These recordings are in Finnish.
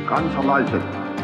kansalaiset,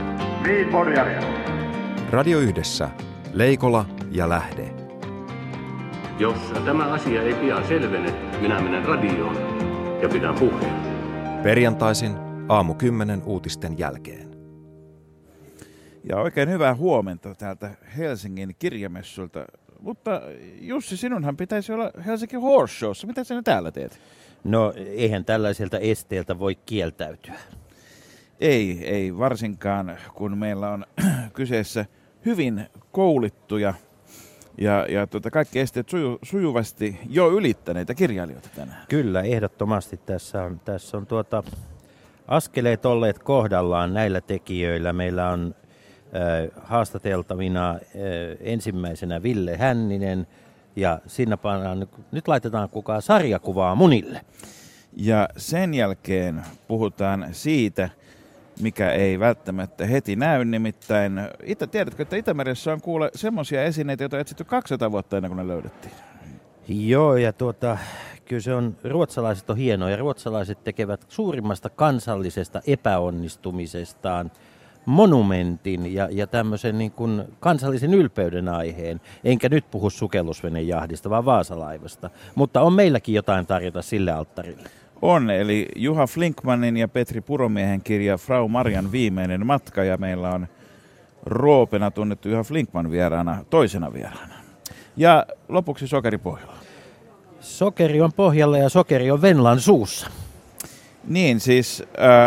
Radio Yhdessä, Leikola ja Lähde. Jos tämä asia ei pian selvene, minä menen radioon ja pidän puheen. Perjantaisin aamu 10 uutisten jälkeen. Ja oikein hyvää huomenta täältä Helsingin kirjamessulta. Mutta Jussi, sinunhan pitäisi olla Helsinki Horse Showssa. Mitä sinä täällä teet? No, eihän tällaiselta esteeltä voi kieltäytyä. Ei varsinkaan, kun meillä on kyseessä hyvin koulittuja ja kaikki esteet sujuvasti jo ylittäneitä kirjailijoita tänään. Kyllä, ehdottomasti tässä on askeleet olleet kohdallaan näillä tekijöillä. Meillä on haastateltavina ensimmäisenä Ville Hänninen ja siinä nyt laitetaan kukaan sarjakuvaa munille. Ja sen jälkeen puhutaan siitä, mikä ei välttämättä heti näy, nimittäin tiedätkö, että Itämeressä on kuule semmoisia esineitä, joita on etsitty 200 vuotta ennen kuin ne löydettiin. Joo, ja kyllä se on, ruotsalaiset on hienoja. Ruotsalaiset tekevät suurimmasta kansallisesta epäonnistumisestaan monumentin ja tämmöisen niin kuin kansallisen ylpeyden aiheen. Enkä nyt puhu sukellusvenejahdista, vaan Vaasalaivasta. Mutta on meilläkin jotain tarjota sille alttarille. On, eli Juha Flinkmanin ja Petri Puromiehen kirja Frau Marian viimeinen matka, ja meillä on Roopena tunnettu Juha Flinkman vieraana, toisena vieraana. Ja lopuksi sokeri pohjalla. Sokeri on pohjalla ja sokeri on Venlan suussa. Niin, siis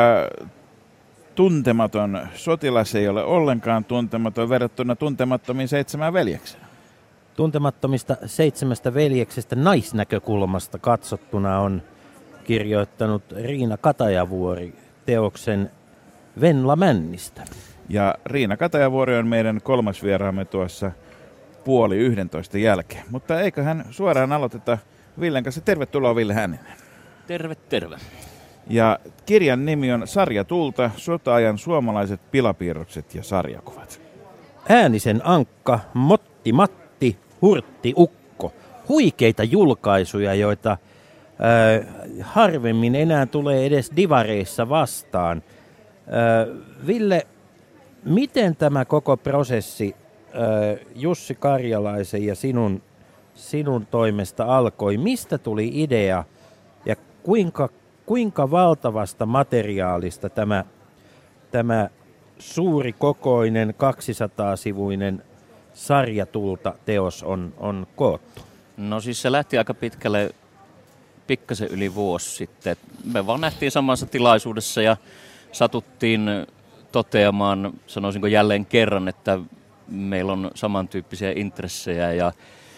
tuntematon sotilas ei ole ollenkaan tuntematon verrattuna tuntemattomiin 7 veljekseen. Tuntemattomista 7 veljeksestä naisnäkökulmasta katsottuna on kirjoittanut Riina Katajavuori teoksen Venla Männistä. Ja Riina Katajavuori on meidän 3. vieraamme tuossa 10:30 jälkeen. Mutta eiköhän suoraan aloiteta Villen kanssa. Tervetuloa Ville Hänninen. Terve. Ja kirjan nimi on Sarjatulta, sota-ajan suomalaiset pilapiirrokset ja sarjakuvat. Äänisen Ankka, Motti Matti, Hurtti Ukko. Huikeita julkaisuja, joita harvemmin enää tulee edes divareissa vastaan. Ville, miten tämä koko prosessi Jussi Karjalaisen ja sinun toimesta alkoi? Mistä tuli idea ja kuinka valtavasta materiaalista tämä suurikokoinen 200-sivuinen Sarjatulta-teos on koottu? No siis se lähti aika pitkälle, pikkasen yli vuosi sitten. Me vaan nähtiin samassa tilaisuudessa ja satuttiin toteamaan, sanoisinko jälleen kerran, että meillä on samantyyppisiä intressejä ja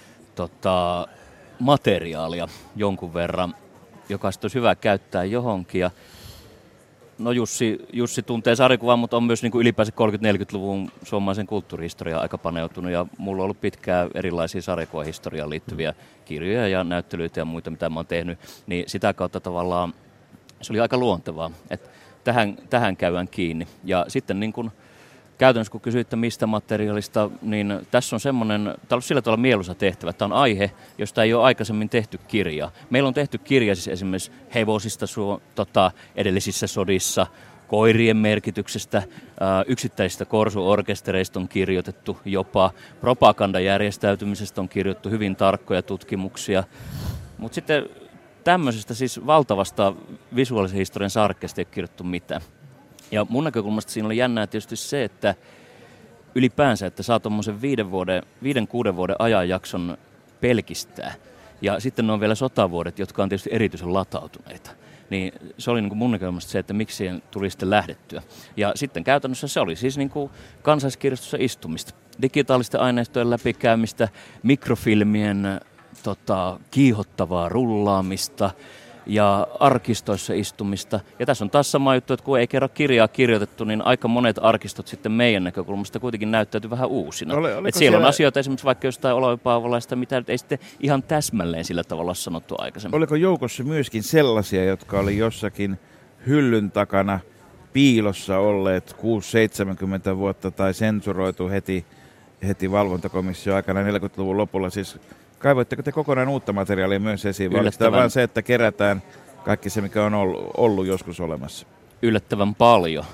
materiaalia jonkun verran, joka olisi hyvä käyttää johonkin. Ja no Jussi tuntee sarjakuvan, mutta on myös niin kuin ylipäänsä 30-40-luvun suomalaisen kulttuurihistoriaan aika paneutunut. Ja mulla on ollut pitkään erilaisia sarjakuvahistoriaan liittyviä kirjoja ja näyttelyitä ja muita, mitä mä oon tehnyt. Niin sitä kautta tavallaan se oli aika luontevaa, että tähän käydään kiinni. Ja sitten niin kuin käytännössä kun kysyit, mistä materiaalista, niin tässä on semmoinen, tämä on ollut sillä tavalla mieluisa tehtävä. Tämä on aihe, josta ei ole aikaisemmin tehty kirjaa. Meillä on tehty kirja siis esimerkiksi hevosista edellisissä sodissa, koirien merkityksestä, yksittäisistä korsuorkestereista on kirjoitettu jopa, propagandajärjestäytymisestä on kirjoitettu hyvin tarkkoja tutkimuksia. Mutta sitten tämmöisestä siis valtavasta visuaalisen historian sarkkeesta ei ole kirjoittu mitään. Ja mun näkökulmasta siinä oli jännää tietysti se, että ylipäänsä, että saa tuommoisen 5-6 vuoden ajanjakson pelkistää. Ja sitten ne on vielä sotavuodet, jotka on tietysti erityisen latautuneita. Niin se oli niin kuin mun näkökulmasta se, että miksi siihen tuli sitten lähdettyä. Ja sitten käytännössä se oli siis niin kuin Kansalliskirjastossa istumista, digitaalisten aineistojen läpikäymistä, mikrofilmien kiihottavaa rullaamista ja arkistoissa istumista. Ja tässä on taas sama juttu, että kun ei kerran kirjaa kirjoitettu, niin aika monet arkistot sitten meidän näkökulmasta kuitenkin näyttäytyy vähän uusina. Siellä on asioita esimerkiksi vaikka jostain Olavi Paavolaista, mitä ei sitten ihan täsmälleen sillä tavalla sanottu aikaisemmin. Oliko joukossa myöskin sellaisia, jotka oli jossakin hyllyn takana piilossa olleet 6-70 vuotta tai sensuroitu heti valvontakomission aikana 40-luvun lopulla? Siis kaivoitteko te kokonaan uutta materiaalia myös esiin, vai oliko vaan se, että kerätään kaikki se, mikä on ollut joskus olemassa? Yllättävän paljon.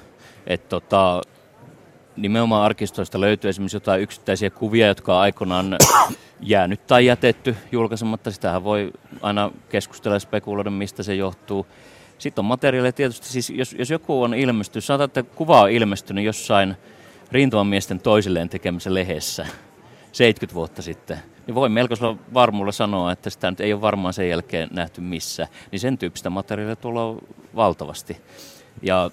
että nimenomaan arkistoista löytyy esimerkiksi jotain yksittäisiä kuvia, jotka on aikoinaan jäänyt tai jätetty julkaisematta. Sitähän voi aina keskustella ja spekuloida, mistä se johtuu. Sitten on materiaalia tietysti, siis jos joku on ilmestynyt, sanotaan, että kuva on ilmestynyt jossain rintamamiesten toisilleen tekemässä lehdessä 70 vuotta sitten, niin voi melkoisella varmuudella sanoa, että sitä nyt ei ole varmaan sen jälkeen nähty missään. Niin sen tyyppistä materiaalia tulee valtavasti. Ja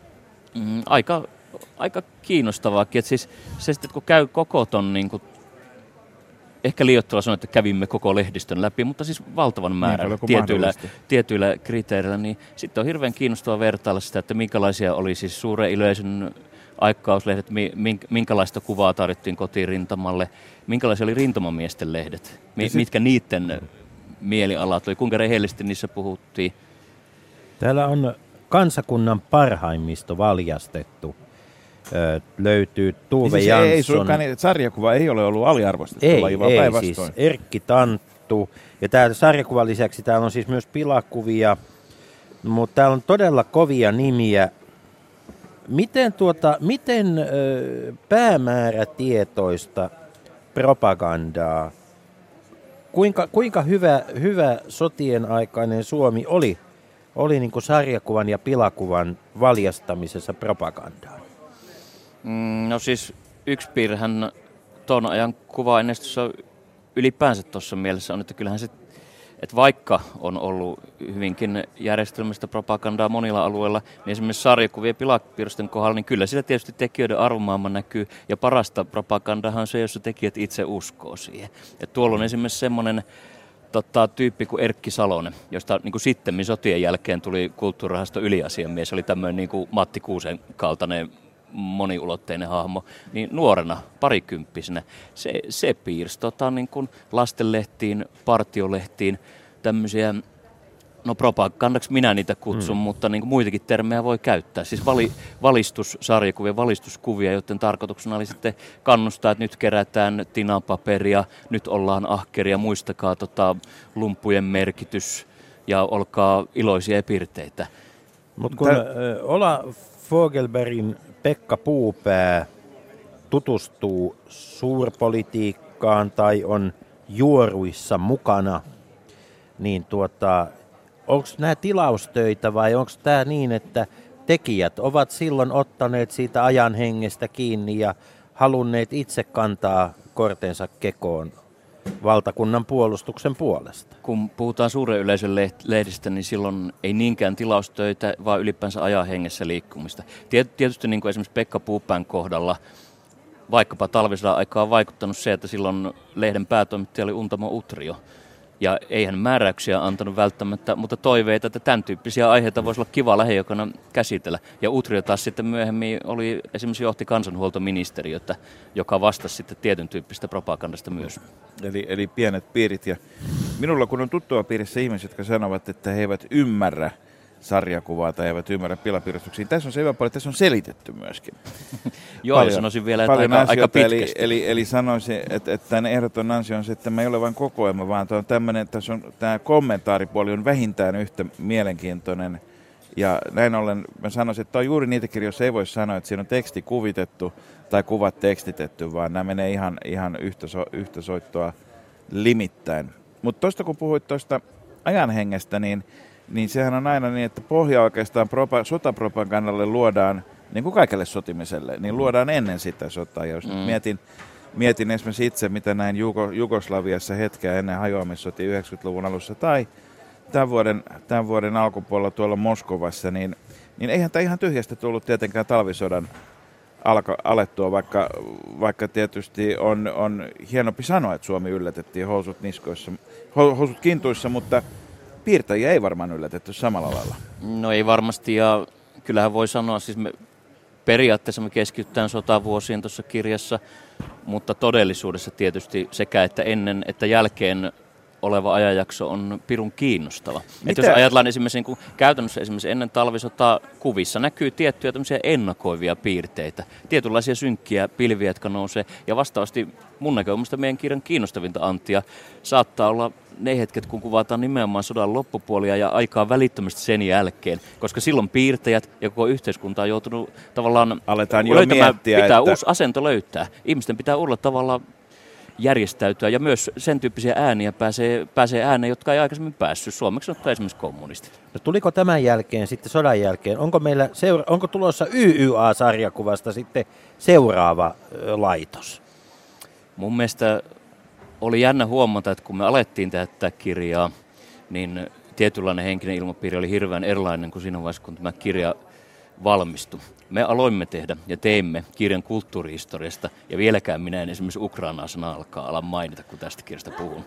aika kiinnostavaakin, että siis se sitten, kun käy koko ton, niin kuin, ehkä liioittavalla sanoa, että kävimme koko lehdistön läpi, mutta siis valtavan määrän tietyillä kriteereillä, niin sitten on hirveän kiinnostavaa vertailla sitä, että minkälaisia oli siis suuren yleisön aikkauslehdet, minkälaista kuvaa tarjottiin kotiin rintamalle, minkälaisia oli rintamamiesten lehdet, mitkä niiden mielialat oli, kuinka rehellisesti niissä puhuttiin. Täällä on kansakunnan parhaimmisto valjastettu. Löytyy Tuve Jansson. Sarjakuva ei ole ollut aliarvostettu laji, vaan päinvastoin. Siis Erkki Tanttu. Ja täällä sarjakuvan lisäksi täällä on siis myös pilakuvia, mutta täällä on todella kovia nimiä. Miten päämäärätietoista propagandaa, kuinka hyvä sotien aikainen Suomi oli niin kuin sarjakuvan ja pilakuvan valjastamisessa propagandaan? No siis yksi piirrehän tuon ajan kuva-aineistossa ylipäänsä tuossa mielessä on, että kyllähän se, että vaikka on ollut hyvinkin järjestelmästä propagandaa monilla alueilla, niin esimerkiksi sarjakuvien ja pilapiirrosten kohdalla, niin kyllä sillä tietysti tekijöiden arvomaailma näkyy, ja parasta propagandahan on se, jossa tekijät itse uskoo siihen. Ja tuolla on esimerkiksi semmoinen tyyppi kuin Erkki Salonen, josta niin kuin sittemmin sotien jälkeen tuli kulttuurirahaston yliasiamies, oli tämmöinen niin kuin Matti Kuusen kaltainen moniulotteinen hahmo, niin nuorena, parikymppisenä, se piirsi niin kuin lastenlehtiin, partiolehtiin, tämmöisiä, no propagandaksi minä niitä kutsun, mutta niin kuin muitakin termejä voi käyttää. Siis valistussarjakuvia, valistuskuvia, joiden tarkoituksena oli sitten kannustaa, että nyt kerätään tinapaperia, nyt ollaan ahkeria, muistakaa lumpujen merkitys ja olkaa iloisia ja pirteitä. Mutta kun Ola Fogelbergin Pekka Puupää tutustuu suurpolitiikkaan tai on juoruissa mukana, niin onko nämä tilaustöitä vai onko tämä niin, että tekijät ovat silloin ottaneet siitä ajan hengestä kiinni ja halunneet itse kantaa kortensa kekoon valtakunnan puolustuksen puolesta? Kun puhutaan suuren yleisön lehdistä, niin silloin ei niinkään tilaustöitä, vaan ylipäänsä ajan hengessä liikkumista. Tietysti niin kuin esimerkiksi Pekka Puupään kohdalla, vaikkapa talvisodan aikaa on vaikuttanut se, että silloin lehden päätoimittaja oli Untamo Utrio. Ja eihän määräyksiä antanut välttämättä, mutta toiveita, että tämän tyyppisiä aiheita voisi olla kiva lähiökana käsitellä. Ja Utrio taas sitten myöhemmin esimerkiksi johti kansanhuoltoministeriötä, joka vastasi sitten tietyn tyyppistä propagandasta myös. Eli pienet piirit. Ja minulla kun on tuttua piirissä ihmisiä, jotka sanovat, että he eivät ymmärrä sarjakuvaa tai eivät ymmärrä pilapiirustuksia. Tässä on se hyvä puoli, että tässä on selitetty myöskin. Joo, sanoisin vielä, että aika pitkästi. Eli sanoisin, että tämän ehdoton ansio on se, että tämä ei ole vain kokoelma, vaan tämä kommentaaripuoli on vähintään yhtä mielenkiintoinen. Ja näin ollen mä sanoisin, että on juuri niitä kirjoja, joissa ei voi sanoa, että siinä on teksti kuvitettu tai kuvat tekstitetty, vaan nämä menee ihan yhtä soittoa limittäin. Mutta tuosta kun puhuit tuosta ajanhengestä, niin sehän on aina niin, että pohja oikeastaan sotapropagandalle luodaan, niin kuin kaikelle sotimiselle, niin luodaan ennen sitä sotaa. Ja jos mietin esimerkiksi itse, mitä näin Jugoslaviassa hetkeä ennen hajoamissotia 90-luvun alussa tai tämän vuoden alkupuolella tuolla Moskovassa, niin eihän tämä ihan tyhjästä tullut tietenkään talvisodan alettua, vaikka tietysti on hienompi sanoa, että Suomi yllätettiin housut kintuissa, mutta piirtäjiä ei varmaan yllätetty samalla lailla. No ei varmasti, ja kyllähän voi sanoa, siis periaatteessa me keskitytään sotavuosiin tuossa kirjassa, mutta todellisuudessa tietysti sekä että ennen että jälkeen oleva ajanjakso on pirun kiinnostava. Että jos ajatellaan esimerkiksi niin käytännössä esimerkiksi ennen talvisotaa kuvissa näkyy tiettyjä tämmöisiä ennakoivia piirteitä, tietynlaisia synkkiä pilviä, jotka nousee. Ja vastaavasti mun näkökulmasta meidän kirjan kiinnostavinta antia saattaa olla ne hetket, kun kuvataan nimenomaan sodan loppupuolia ja aikaa välittömästi sen jälkeen, koska silloin piirtäjät ja koko yhteiskunta on joutunut tavallaan aletaan jo miettiä, pitää uusi asento löytää. Ihmisten pitää uudella tavalla järjestäytyä ja myös sen tyyppisiä ääniä pääsee ääneen, jotka ei aikaisemmin päässyt. Suomeksi sanottuna esimerkiksi kommunistit. No, tuliko tämän jälkeen sitten sodan jälkeen, onko tulossa YYA-sarjakuvasta sitten seuraava laitos? Mun mielestä oli jännä huomata, että kun me alettiin tehdä tätä kirjaa, niin tietynlainen henkinen ilmapiiri oli hirveän erilainen kuin siinä vaiheessa, kun tämä kirja valmistui. Me aloimme tehdä ja teimme kirjan kulttuurihistoriasta, ja vieläkään minä en esimerkiksi Ukrainaa sanaa ala mainita, kun tästä kirjasta puhun.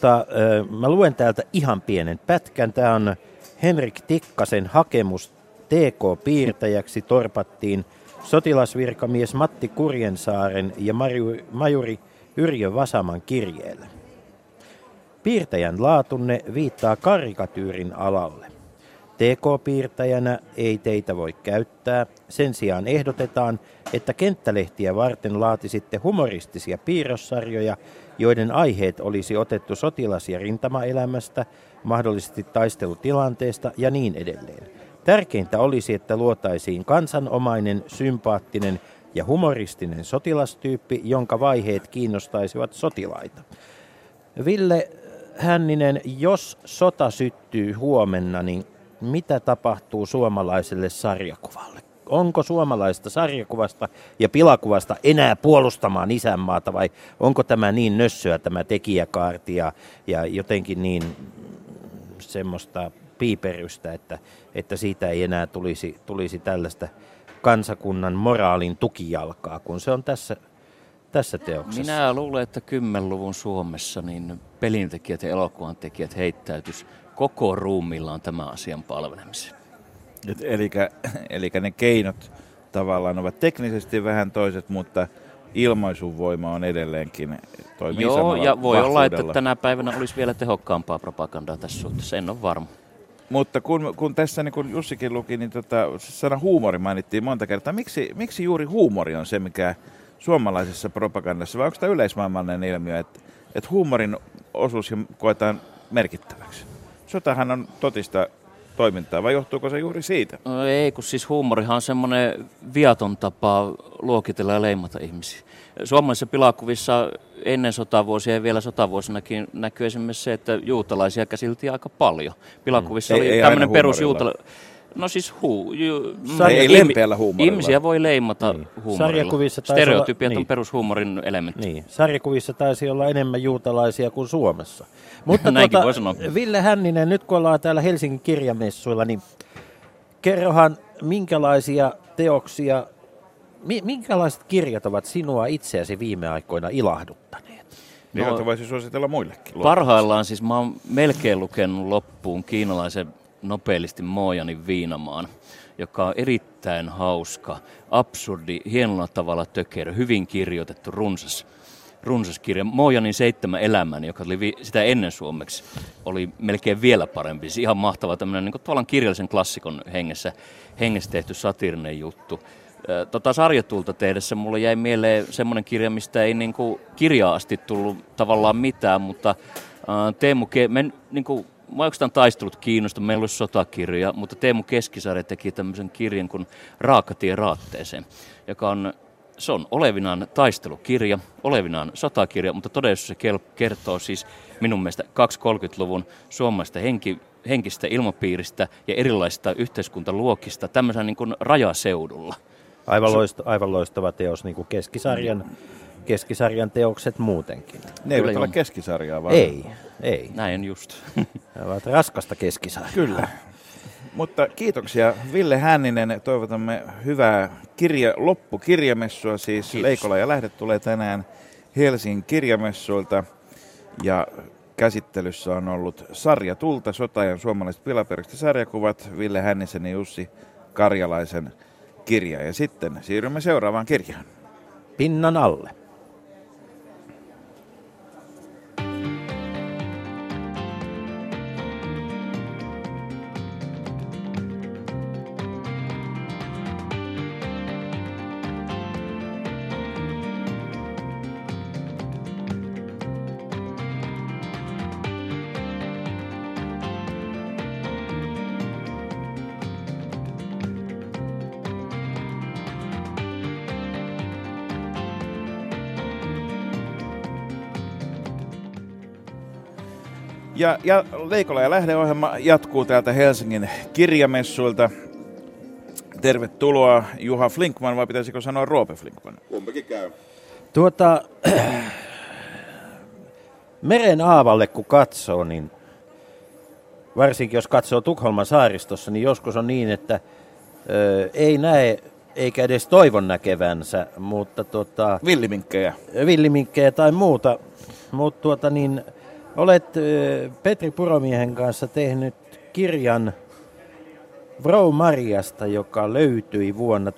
Mä luen täältä ihan pienen pätkän. Tämä on Henrik Tikkasen hakemus TK-piirtäjäksi torpattiin sotilasvirkamies Matti Kurjensaaren ja majuri Yrjö Vasaman kirjeellä. Piirtäjän laatunne viittaa karikatyyrin alalle. TK-piirtäjänä ei teitä voi käyttää. Sen sijaan ehdotetaan, että kenttälehtiä varten laatisitte humoristisia piirrossarjoja, joiden aiheet olisi otettu sotilas- ja rintamaelämästä, mahdollisesti taistelutilanteesta ja niin edelleen. Tärkeintä olisi, että luotaisiin kansanomainen, sympaattinen ja humoristinen sotilastyyppi, jonka vaiheet kiinnostaisivat sotilaita. Ville Hänninen, jos sota syttyy huomenna, niin mitä tapahtuu suomalaiselle sarjakuvalle? Onko suomalaista sarjakuvasta ja pilakuvasta enää puolustamaan isänmaata vai onko tämä niin nössöä tämä tekijäkaarti ja jotenkin niin semmoista piiperystä, että siitä ei enää tulisi tällaista kansakunnan moraalin tukijalkaa, kun se on tässä teoksessa? Minä luulen, että 10-luvun Suomessa niin pelintekijät ja elokuvantekijät heittäytys koko ruumillaan tämän asian palvelemiseen. Eli ne keinot tavallaan ovat teknisesti vähän toiset, mutta ilmaisuvoima on edelleenkin toimii samalla ja voi olla, että vahvuudella. tänä päivänä olisi vielä tehokkaampaa propagandaa tässä suhteessa, en ole varma. Mutta kun tässä, niin kuin Jussikin luki, niin sana huumori mainittiin monta kertaa. Miksi juuri huumori on se, mikä suomalaisessa propagandassa, vai onko tämä yleismaailmallinen ilmiö, että huumorin osuus koetaan merkittäväksi? Sotahan on totista toimintaa, vai johtuuko se juuri siitä? No ei, kun siis huumorihan on semmoinen viaton tapa luokitella ja leimata ihmisiä. Suomalaisissa pilakuvissa ennen sotavuosia ja vielä sotavuosinakin näkyy esimerkiksi se, että juutalaisia käsiteltiin aika paljon. Pilakuvissa oli tämmöinen perusjuutalainen. No siis ei lempeällä huumorilla. Ihmisiä voi leimata huumorilla. Stereotypiat on perushuumorin elementti. Niin. Sarjakuvissa taisi olla enemmän juutalaisia kuin Suomessa. Mutta Ville Hänninen, nyt kun ollaan täällä Helsingin kirjamessuilla, niin kerrohan minkälaisia teoksia, minkälaiset kirjat ovat sinua itseäsi viime aikoina ilahduttaneet? Joita voisi suositella muillekin. Parhaillaan siis mä oon melkein lukenut loppuun kiinalaisen nopelistin Moojanin Viinamaan, joka on erittäin hauska, absurdi, hienolla tavalla tökerö, hyvin kirjoitettu, runsas kirja. Moojanin 7 elämää, joka oli sitä ennen suomeksi, oli melkein vielä parempi. Siis ihan mahtava tämmöinen niin kuin tavallaan kirjallisen klassikon hengessä tehty satiirinen juttu. Sarjatulta tehdessä mulle jäi mieleen semmoinen kirja, mistä ei niin kuin kirjaa asti tullut tavallaan mitään, mutta mä oikeastaan taistelut kiinnostunut, meillä olisi sotakirjoja, mutta Teemu Keskisarja teki tämmöisen kirjan kuin Raakatie raatteeseen, joka on olevinaan taistelukirja, olevinaan sotakirja, mutta todellisuudessa se kertoo siis minun mielestä 20-30-luvun suomalaista henkistä ilmapiiristä ja erilaisista yhteiskuntaluokista tämmöisen niin kuin rajaseudulla. Aivan loistava teos, niin kuin Keskisarjan teokset muutenkin. Ne eivät ole Keskisarjaa, vaan... Ei. Näin just. Ne ovat raskasta Keskisarjaa. Kyllä. Mutta kiitoksia Ville Hänninen. Toivotamme hyvää loppukirjamessua. Siis kiitos. Leikola ja Lähde tulee tänään Helsingin kirjamessuilta. Ja käsittelyssä on ollut Sarjatulta, Sotaajan suomalaiset pilaperistä sarjakuvat, Ville Hännisen ja Jussi Karjalaisen kirja. Ja sitten siirrymme seuraavaan kirjaan. Pinnan alle. Ja Leikola ja Lähde-ohjelma jatkuu täältä Helsingin kirjamessuilta. Tervetuloa Juha Flinkman, vai pitäisikö sanoa Roope Flinkman? Kumpikin käy. Meren aavalle kun katsoo, niin varsinkin jos katsoo Tukholman saaristossa, niin joskus on niin, että ei näe eikä edes toivon näkevänsä, mutta villiminkkejä tai muuta. Mutta olet Petri Puromiehen kanssa tehnyt kirjan Vrou Mariasta, joka löytyi vuonna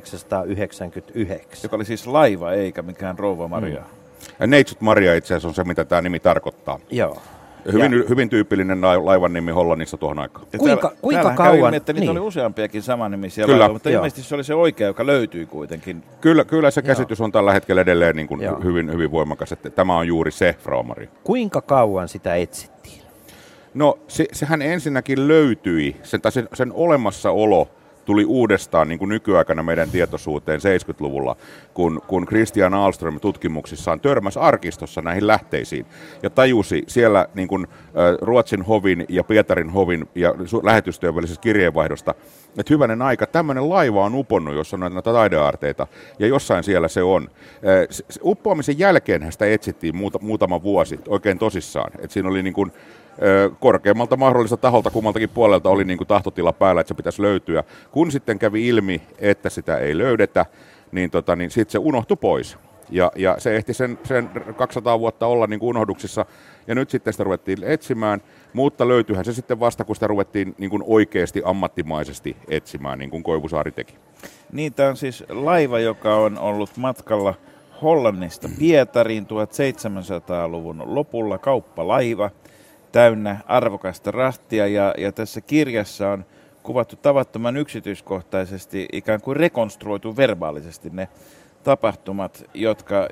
1999. Joka oli siis laiva eikä mikään Rouva Maria. Neitsyt Maria itse asiassa on se, mitä tämä nimi tarkoittaa. Joo. Hyvin tyypillinen laivan nimi Hollannissa tuohon aikaan. Kuinka kauan? Että niitä oli useampiakin samannimisiä laivoja, mutta ilmeisesti se oli se oikea, joka löytyi kuitenkin. Kyllä se käsitys on tällä hetkellä edelleen niin kuin hyvin voimakas, että tämä on juuri se Vrou Maria. Kuinka kauan sitä etsittiin? No sehän ensinnäkin löytyi, sen olemassaolo tuli uudestaan niin kuin nykyaikana meidän tietoisuuteen 70-luvulla, kun Christian Ahlström tutkimuksissaan törmäsi arkistossa näihin lähteisiin ja tajusi siellä niin kuin Ruotsin hovin ja Pietarin hovin ja lähetystöjen välisestä kirjeenvaihdosta, että hyvänen aika, tämmöinen laiva on uponnut, jossa on näitä taideaarteita, ja jossain siellä se on. Uppoamisen jälkeen sitä etsittiin muutama vuosi oikein tosissaan, että siinä oli niin kuin korkeammalta mahdollista taholta kummaltakin puolelta oli niin kuin tahtotila päällä, että se pitäisi löytyä. Kun sitten kävi ilmi, että sitä ei löydetä, niin sitten se unohtui pois. Ja se ehti sen 200 vuotta olla niin kuin unohduksissa, ja nyt sitten sitä ruvettiin etsimään, mutta löytyyhän se sitten vasta, kun sitä ruvettiin niin kuin oikeasti ammattimaisesti etsimään, niin kuin Koivusaari teki. Niin, tämä on siis laiva, joka on ollut matkalla Hollannista Pietariin 1700-luvun lopulla, kauppalaiva, täynnä arvokasta rahtia, ja tässä kirjassa on kuvattu tavattoman yksityiskohtaisesti, ikään kuin rekonstruoitu verbaalisesti ne tapahtumat, jotka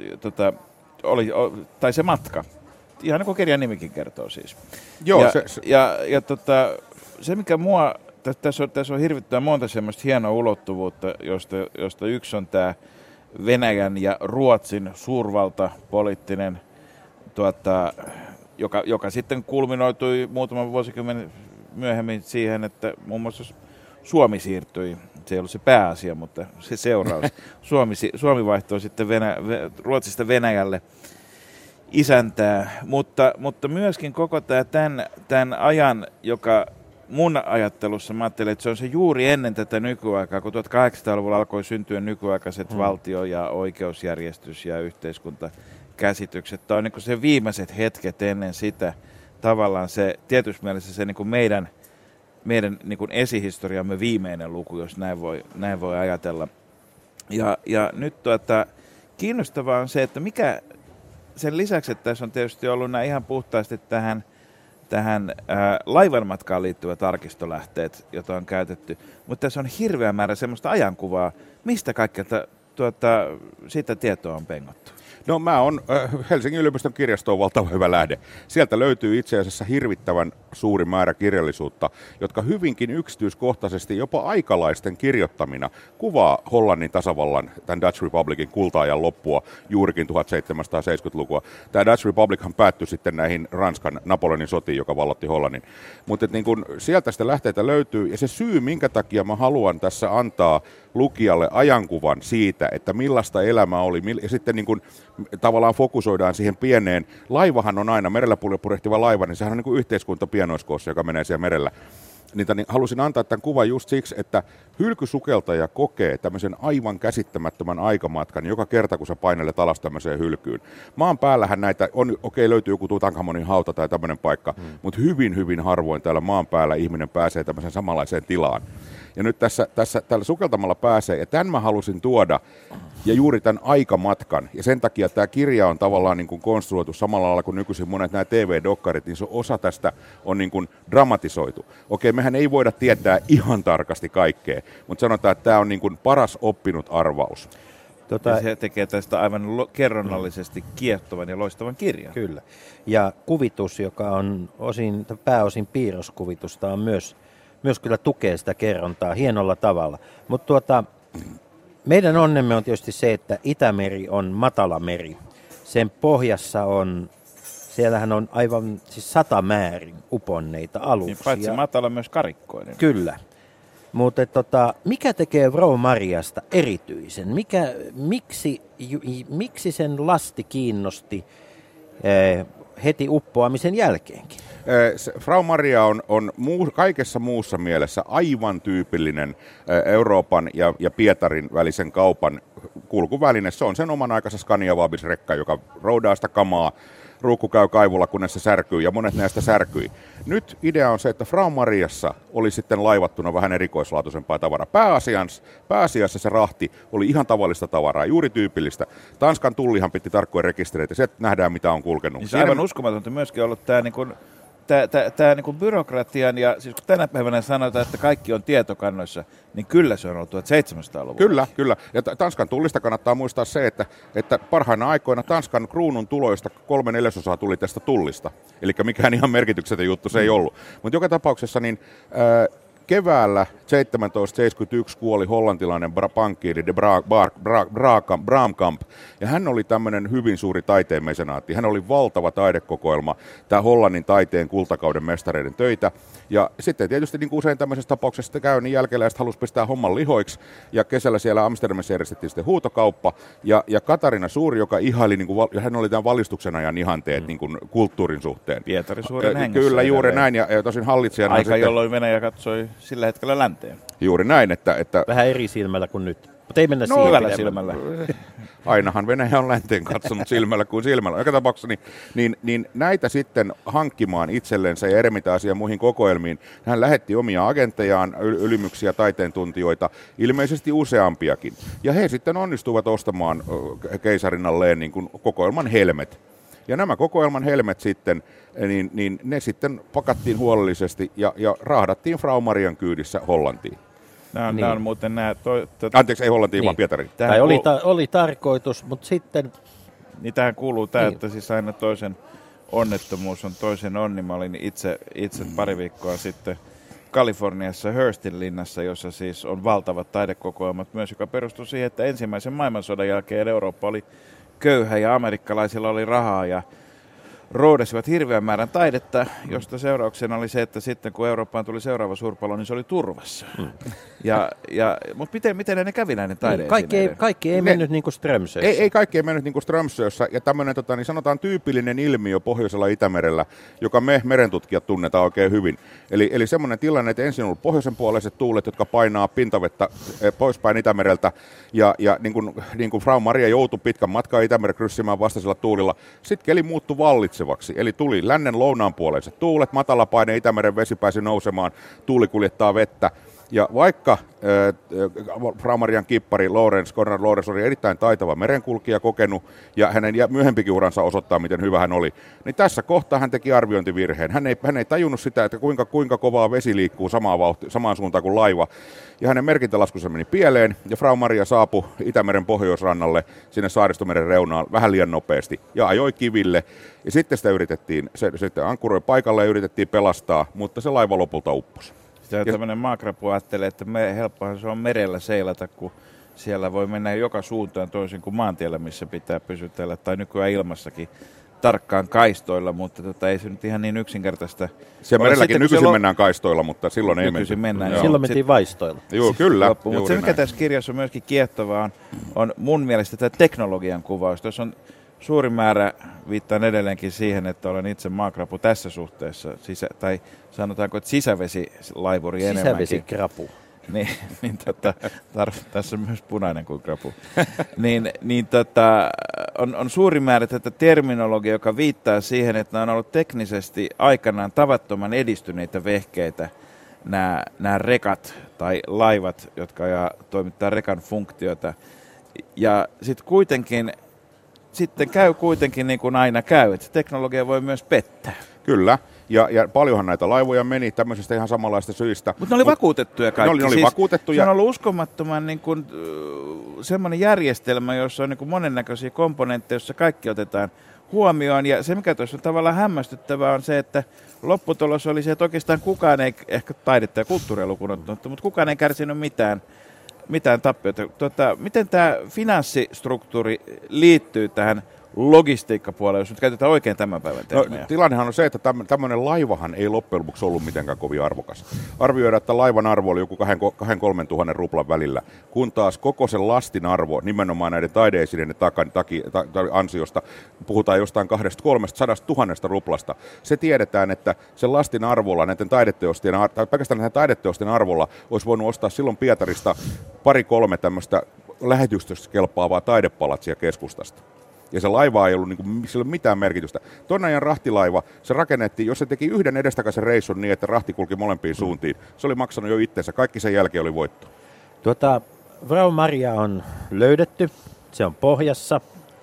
tai se matka, ihan niin kuin kirjan nimikin kertoo siis. Joo, se mikä mua, tässä on hirvittävän monta semmoista hienoa ulottuvuutta, josta yksi on tämä Venäjän ja Ruotsin suurvaltapoliittinen joka sitten kulminoitui muutaman vuosikymmenen myöhemmin siihen, että muun muassa Suomi siirtyi. Se ei ollut se pääasia, mutta se seuraus. Suomi vaihtoi sitten Ruotsista Venäjälle isäntää, mutta myöskin koko tämän ajan, joka mun ajattelussa, mä ajattelin, että se on se juuri ennen tätä nykyaikaa, kun 1800-luvulla alkoi syntyä nykyaikaiset valtio- ja oikeusjärjestys ja yhteiskuntakäsitykset. Tämä on niin kuin se viimeiset hetket ennen sitä, tavallaan se tietyssä mielessä se niin kuin meidän niin kuin esihistoriamme viimeinen luku, jos näin voi ajatella. Ja nyt kiinnostavaa on se, että mikä sen lisäksi, että tässä on tietysti ollut nämä ihan puhtaasti tähän laivanmatkaan liittyvät arkistolähteet, joita on käytetty, mutta tässä on hirveä määrä semmoista ajankuvaa, mistä kaikkea sitä tietoa on pengottu. No Helsingin yliopiston kirjasto on valtavan hyvä lähde. Sieltä löytyy itse asiassa hirvittävän suuri määrä kirjallisuutta, jotka hyvinkin yksityiskohtaisesti jopa aikalaisten kirjoittamina kuvaa Hollannin tasavallan, tämän Dutch Republicin kulta-ajan loppua, juurikin 1770-lukua. Tämä Dutch Republichan päättyi sitten näihin Ranskan Napoleonin sotiin, joka vallotti Hollannin. Mutta niin kun sieltä sitä lähteitä löytyy, ja se syy, minkä takia mä haluan tässä antaa lukijalle ajankuvan siitä, että millaista elämä oli, ja sitten niin kun tavallaan fokusoidaan siihen pieneen. Laivahan on aina, merellä purjehtiva laiva, niin sehän on niin kuin yhteiskunta pienoiskoossa, joka menee siellä merellä. Niin halusin antaa tämän kuvan just siksi, että hylkysukeltaja kokee tämmöisen aivan käsittämättömän aikamatkan joka kerta, kun sä painelet alas tämmöiseen hylkyyn. Maan päällähän näitä on, löytyy joku Tutankhamonin hauta tai tämmöinen paikka, mutta hyvin harvoin täällä maan päällä ihminen pääsee tämmöiseen samanlaiseen tilaan. Ja nyt tällä sukeltamalla pääsee, ja tämän mä halusin tuoda, ja juuri tämän aikamatkan, ja sen takia tämä kirja on tavallaan niin kuin konstruoitu samalla lailla kuin nykyisin monet nämä TV-dokkarit, niin se osa tästä on niin kuin dramatisoitu. Okei, mehän ei voida tietää ihan tarkasti kaikkea, mutta sanotaan, että tämä on niin kuin paras oppinut arvaus. Se tekee tästä aivan kerronnallisesti kiehtovan ja loistavan kirjan. Kyllä. Ja kuvitus, joka on pääosin piirroskuvitusta, on myös kyllä tukee sitä kerrontaa hienolla tavalla. Mutta meidän onnemme on tietysti se, että Itämeri on matala meri. Sen pohjassa on Siellähän on aivan siis 100 määrin uponneita aluksia. Niin paitsi matala myös karikkoinen. Kyllä. Mutta mikä tekee Vrou Mariasta erityisen? Miksi sen lasti kiinnosti heti uppoamisen jälkeenkin? Frau Maria on kaikessa muussa mielessä aivan tyypillinen Euroopan ja Pietarin välisen kaupan kulkuväline. Se on sen oman aikansa Scania Vabis-rekka, joka roudaa sitä kamaa. Ruukku käy kaivulla, kunnes se särkyy, ja monet näistä särkyi. Nyt idea on se, että Frau Mariassa oli sitten laivattuna vähän erikoislaatuisempaa tavaraa. Pääasiassa se rahti oli ihan tavallista tavaraa, juuri tyypillistä. Tanskan tullihan piti tarkkoja rekistereitä, sieltä nähdään mitä on kulkenut. Niin se aivan uskomatonta myöskin ollut tämä niin byrokratian, ja siis kun tänä päivänä sanotaan, että kaikki on tietokannoissa, niin kyllä se on ollut 1700-luvulla. Kyllä. Ja Tanskan tullista kannattaa muistaa se, että parhaina aikoina Tanskan kruunun tuloista 3/4 tuli tästä tullista. Eli mikään ihan merkityksetön juttu se ei ollut. Mutta joka tapauksessa niin keväällä 1771 kuoli hollantilainen pankkiiri de Braamkamp, ja hän oli tämmöinen hyvin suuri taiteen mesenaatti. Hän oli valtava taidekokoelma, tämä Hollannin taiteen kultakauden mestareiden töitä. Ja sitten tietysti niin kuin usein tämmöisessä tapauksessa käy, niin jälkeläiset halusi pistää homman lihoiksi, ja kesällä siellä Amsterdamissa järjestettiin sitten huutokauppa, ja Katarina Suuri, joka ihaili, niin kuin, ja hän oli tämän valistuksen ajan ihanteet niin kuin kulttuurin suhteen. Pietari Suuren hengessä. Kyllä, juuri näin, ja tosin hallitsijana aika, jolloin Venäjä katsoi sillä hetkellä länteen. Juuri näin, että vähän eri silmällä kuin nyt. Mutta ei mennä hyvällä silmällä. Ainahan Venäjä on länteen katsonut silmällä kuin silmällä. Joka tapauksessa niin näitä sitten hankkimaan itsellensä ja Ermitaasiin muihin kokoelmiin. Hän lähetti omia agenttejaan, ylimyksiä, taiteen tuntijoita, ilmeisesti useampiakin. Ja he sitten onnistuivat ostamaan keisarinnalleen niin kuin kokoelman helmet. Ja nämä kokoelman helmet sitten, niin ne sitten pakattiin huolellisesti ja rahdattiin Frau Marian kyydissä Hollantiin. Nämä on muuten nämä... Anteeksi, ei Hollantiin, vaan Pietariin. Tai oli tarkoitus, mutta sitten... Niin tähän kuuluu tämä, että siis aina toisen onnettomuus on toisen onni. Mä olin itse pari viikkoa sitten Kaliforniassa Hurstin linnassa, jossa siis on valtavat taidekokoelmat myös, joka perustuu siihen, että ensimmäisen maailmansodan jälkeen Eurooppa oli köyhä ja amerikkalaisilla oli rahaa ja roudasivat hirveän määrän taidetta, josta seurauksena oli se, että sitten kun Eurooppaan tuli seuraava suurpalo, niin se oli turvassa. Mutta miten ne kävi näiden taideesineiden? Kaikki ei mennyt niin kuin Strömsössä. Ei kaikki ei mennyt niin kuin Strömsössä. Ja tämmöinen niin sanotaan tyypillinen ilmiö Pohjoisella Itämerellä, joka me merentutkijat tunnetaan oikein hyvin. Eli semmoinen tilanne, että ensin on ollut pohjoisen puoleiset tuulet, jotka painaa pintavettä poispäin Itämereltä. Ja niin kuin Frau Maria joutui pitkän matkan Itämeren kryssimään vastaisella tuulilla, sitten keli muuttui vallitsevaksi. Eli tuli lännen lounaanpuoleiset tuulet, matalapaine Itämeren vesi pääsi nousemaan, tuuli kuljettaa vettä. Ja vaikka Frau Marian kippari Konrad Lorenz oli erittäin taitava merenkulkija, kokenut, ja hänen myöhempikin uransa osoittaa, miten hyvä hän oli, niin tässä kohtaa hän teki arviointivirheen. Hän ei tajunnut sitä, että kuinka kovaa vesi liikkuu samaan suuntaan kuin laiva. Ja hänen merkintälaskunsa meni pieleen, ja Frau Maria saapui Itämeren pohjoisrannalle sinne Saaristomeren reunaan vähän liian nopeasti, ja ajoi kiville. Ja sitten sitä yritettiin, se ankkuroi paikalle ja yritettiin pelastaa, mutta se laiva lopulta upposi. Tämmöinen maakrapu ajattelee, että helppohan se on merellä seilata, kun siellä voi mennä joka suuntaan toisin kuin maantiellä, missä pitää pysytellä, tai nykyään ilmassakin tarkkaan kaistoilla, mutta ei se nyt ihan niin yksinkertaista. Se merelläkin nykyisin mennään kaistoilla, mutta silloin ei menty. Silloin mentiin vaistoilla. Joo, kyllä. Mutta se, mikä tässä kirjassa on myöskin kiehtovaa, on mun mielestä tämä teknologian kuvaus. Tuossa on suuri määrä, viittaan edelleenkin siihen, että olen itse maakrapu tässä suhteessa, tai sanotaanko, että sisävesilaivuri enemmänkin. Sisävesikrapu. Tässä on myös punainen kuin krapu. On suuri määrä tätä terminologiaa, joka viittaa siihen, että on ollut teknisesti aikanaan tavattoman edistyneitä vehkeitä, nämä rekat tai laivat, jotka toimittaa rekan funktiota. Ja sitten käy kuitenkin niin kuin aina käy, että teknologia voi myös pettää. Kyllä, ja paljonhan näitä laivoja meni tämmöisistä ihan samanlaista syistä. Mutta ne oli vakuutettuja kaikki. Ne oli vakuutettuja. Se on ollut uskomattoman niin kuin, semmoinen järjestelmä, jossa on niin kuin monennäköisiä komponentteja, jossa kaikki otetaan huomioon. Ja se, mikä tuossa on tavallaan hämmästyttävää, on se, että lopputulos oli se, että oikeastaan kukaan ei, ehkä taidetta ja kulttuuria lukuun ottanut, mutta kukaan ei kärsinyt mitään tappiota. Miten tämä finanssistruktuuri liittyy tähän logistiikkapuolella, jos nyt käytetään oikein tämän päivän termejä? No, tilannehan on se, että tämmöinen laivahan ei loppujen lopuksi ollut mitenkään kovin arvokas. Arvioidaan, että laivan arvo oli joku 2-3 tuhannen ruplan välillä, kun taas koko sen lastin arvo nimenomaan näiden taideesineiden ansiosta puhutaan jostain 200-300 000 ruplasta. Se tiedetään, että sen lastin arvolla, pelkästään näiden taideteosten arvolla olisi voinut ostaa silloin Pietarista 2-3 tämmöistä lähetystössä kelpaavaa taidepalatsia keskustasta. Ja se laiva ei ollut sillä mitään merkitystä. Ton ajan rahtilaiva, se rakennettiin, jos se teki yhden edestakaisen reissun niin, että rahti kulki molempiin suuntiin, se oli maksanut jo itsensä. Kaikki sen jälkeen oli voitto. Frau Maria on löydetty, se on pohjassa.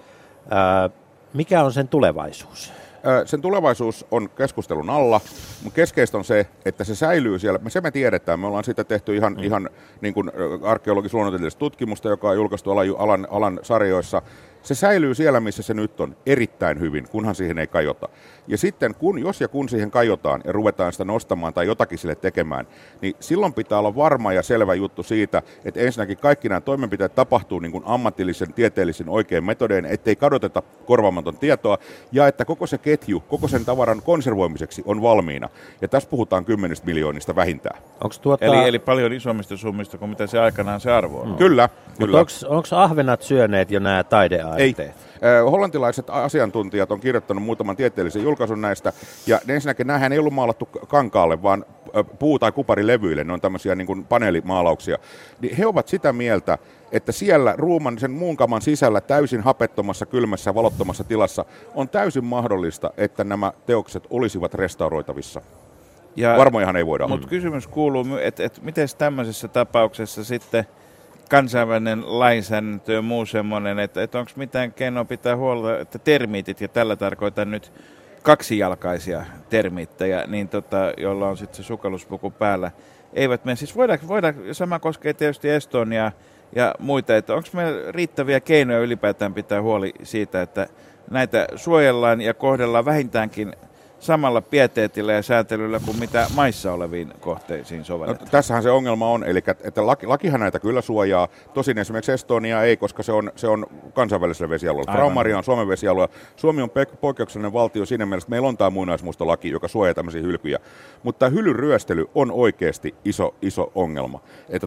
Mikä on sen tulevaisuus? Sen tulevaisuus on keskustelun alla, mutta keskeistä on se, että se säilyy siellä. Se me tiedetään, me ollaan siitä tehty ihan niin kuin arkeologis-luonnontieteellistä tutkimusta, joka on julkaistu alan sarjoissa. Se säilyy siellä, missä se nyt on, erittäin hyvin, kunhan siihen ei kajota. Ja sitten, jos ja kun siihen kajotaan ja ruvetaan sitä nostamaan tai jotakin sille tekemään, niin silloin pitää olla varma ja selvä juttu siitä, että ensinnäkin kaikki nämä toimenpiteet tapahtuu niin kuin ammatillisen, tieteellisen oikein metodein, ettei kadoteta korvaamaton tietoa, ja että koko se ketju, koko sen tavaran konservoimiseksi on valmiina. Ja tässä puhutaan 10 miljoonista vähintään. Eli paljon isommista summista kuin mitä se aikanaan se arvo on. Kyllä. Onko ahvenat syöneet jo nämä taideaarteet? Ei. Hollantilaiset asiantuntijat on kirjoittanut muutaman tieteellisen julkaisun näistä, ja ensinnäkin näähän ei ollut maalattu kankaalle, vaan puu- tai kuparilevyille, ne on tämmöisiä niin kuin paneelimaalauksia. Niin he ovat sitä mieltä, että siellä ruuman sen muun kaman sisällä täysin hapettomassa, kylmässä, valottomassa tilassa on täysin mahdollista, että nämä teokset olisivat restauroitavissa. Varmojahan ei voida olla. Mutta kysymys kuuluu, että miten tämmöisessä tapauksessa sitten kansainvälinen lainsäädäntö ja muu semmoinen, että onko mitään keinoa pitää huolta, että termiitit, ja tällä tarkoitan nyt kaksijalkaisia termiittejä, niin joilla on sitten se sukelluspuku päällä, eivät mene. Siis voidaan, sama koskee tietysti Estoniaa ja muita, että onko meillä riittäviä keinoja ylipäätään pitää huoli siitä, että näitä suojellaan ja kohdellaan vähintäänkin samalla pieteetillä ja säätelyllä kuin mitä maissa oleviin kohteisiin sovelletaan. No, tässähän se ongelma on, eli että lakihan näitä kyllä suojaa. Tosin esimerkiksi Estonia ei, koska se on kansainvälisellä vesialueella. Frau Maria on Suomen vesialue. Suomi on poikkeuksellinen valtio siinä mielessä, että meillä on tämä muinaismuistolaki, joka suojaa tämmöisiä hylkyjä. Mutta tämä hylyryöstely on oikeasti iso ongelma.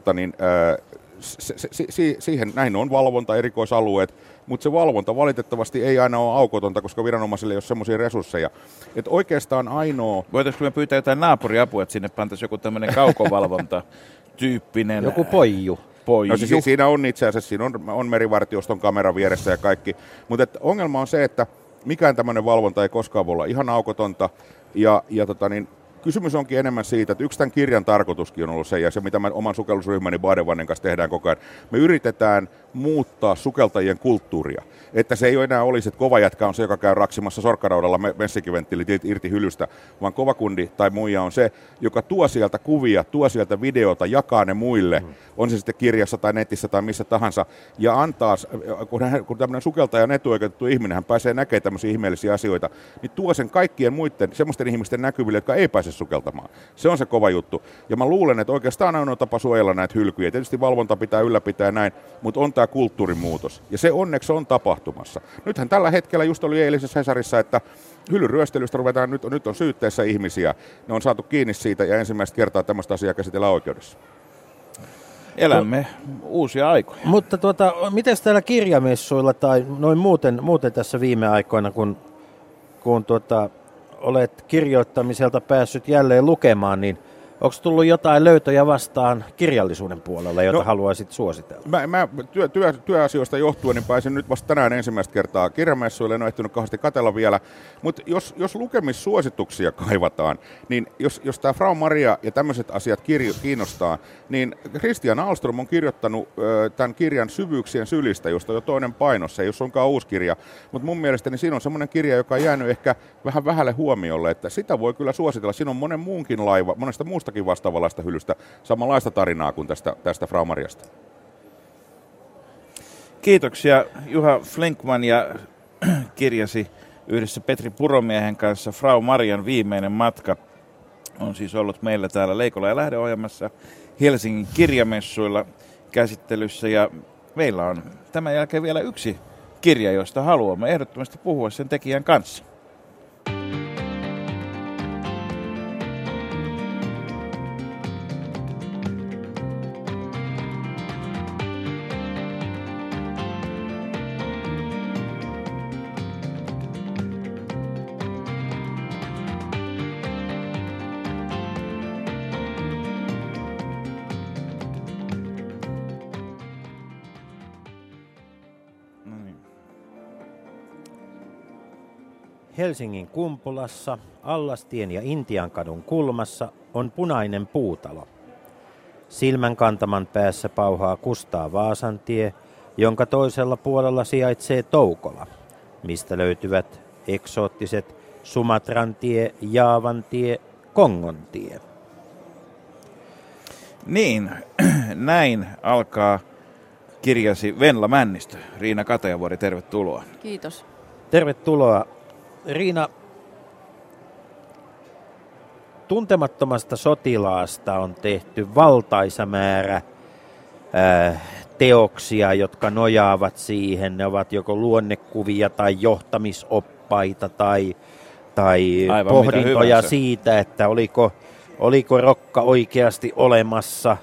Näihin on valvonta, erikoisalueet, mutta se valvonta valitettavasti ei aina ole aukotonta, koska viranomaisille ei ole semmoisia resursseja. Että oikeastaan ainoa... Voitaisiinko me pyytää jotain naapuriapua, että sinne pantaisiin joku tämmöinen kaukovalvonta-tyyppinen... Joku poiju. No siinä on itse asiassa, siinä on merivartioston kamera vieressä ja kaikki. Mutta ongelma on se, että mikään tämmöinen valvonta ei koskaan voi olla ihan aukotonta. Kysymys onkin enemmän siitä, että yksi tämän kirjan tarkoituskin on ollut se, ja se mitä mä oman sukellusryhmäni Badevannen kanssa tehdään koko ajan, me yritetään muuttaa sukeltajien kulttuuria. Että se ei enää olisi, että kova jätkä on se, joka käy raksimassa sorkkaraudalla messikiventtiilit irti hylystä, vaan kovakundi tai muija on se, joka tuo sieltä kuvia, tuo sieltä videota, jakaa ne muille, on se sitten kirjassa tai netissä tai missä tahansa, ja antaa, kun tämmöinen sukeltaja on etuoikeutettu ihminen, hän pääsee näkemään tämmöisiä ihmeellisiä asioita, niin tuo sen kaikkien muiden, semmoisten ihmisten näkyville, jotka ei pääse sukeltamaan. Se on se kova juttu. Ja mä luulen, että oikeastaan ainoa tapa suojella näitä hylkyjä. Tietysti valvonta pitää ylläpitää näin, mutta on tämä kulttuurimuutos. Ja se onneksi on tapahtumassa. Nythän tällä hetkellä just oli eilisessä Hesarissa, että hylyryöstelystä ruvetaan, nyt on syytteessä ihmisiä. Ne on saatu kiinni siitä ja ensimmäistä kertaa tämmöistä asiaa käsitellään oikeudessa. Elämme uusia aikoja. Mutta miten täällä kirjamessuilla tai noin muuten tässä viime aikoina, kun olet kirjoittamiselta päässyt jälleen lukemaan, niin onko tullut jotain löytöjä vastaan kirjallisuuden puolella, jota haluaisit suositella? Mä työasioista johtuen niin pääsin nyt vasta tänään ensimmäistä kertaa kirjamessuille, en ole ehtinyt kauheasti katsella vielä, mutta jos lukemissuosituksia kaivataan, niin jos tämä Frau Maria ja tämmöiset asiat kiinnostaa, niin Christian Ahlström on kirjoittanut tämän kirjan Syvyyksien sylistä, josta on jo toinen painos, se ei ole suinkaan uusi kirja, mutta mun mielestäni siinä on semmoinen kirja, joka on jäänyt ehkä vähän vähälle huomiolle, että sitä voi kyllä suositella. Siinä on monesta muustakin vastaavalaista hylystä samanlaista tarinaa kuin tästä Frau Mariasta. Kiitoksia Juha Flinkman ja kirjasi yhdessä Petri Puromiehen kanssa Frau Marian viimeinen matka on siis ollut meillä täällä Leikola ja Lähde-ohjelmassa Helsingin kirjamessuilla käsittelyssä ja meillä on tämän jälkeen vielä yksi kirja, josta haluamme ehdottomasti puhua sen tekijän kanssa. Helsingin Kumpulassa, Allastien ja Intiankadun kulmassa on punainen puutalo. Silmän kantaman päässä pauhaa Kustaa Vaasantie, jonka toisella puolella sijaitsee Toukola, mistä löytyvät eksoottiset Sumatran tie, Jaavan tie, Kongon tie. Niin, näin alkaa kirjasi Venla Männistö. Riina Katajavuori, tervetuloa. Kiitos. Tervetuloa. Riina, Tuntemattomasta sotilaasta on tehty valtaisa määrä teoksia, jotka nojaavat siihen. Ne ovat joko luonnekuvia tai johtamisoppaita tai pohdintoja siitä, että oliko rokka oikeasti olemassa.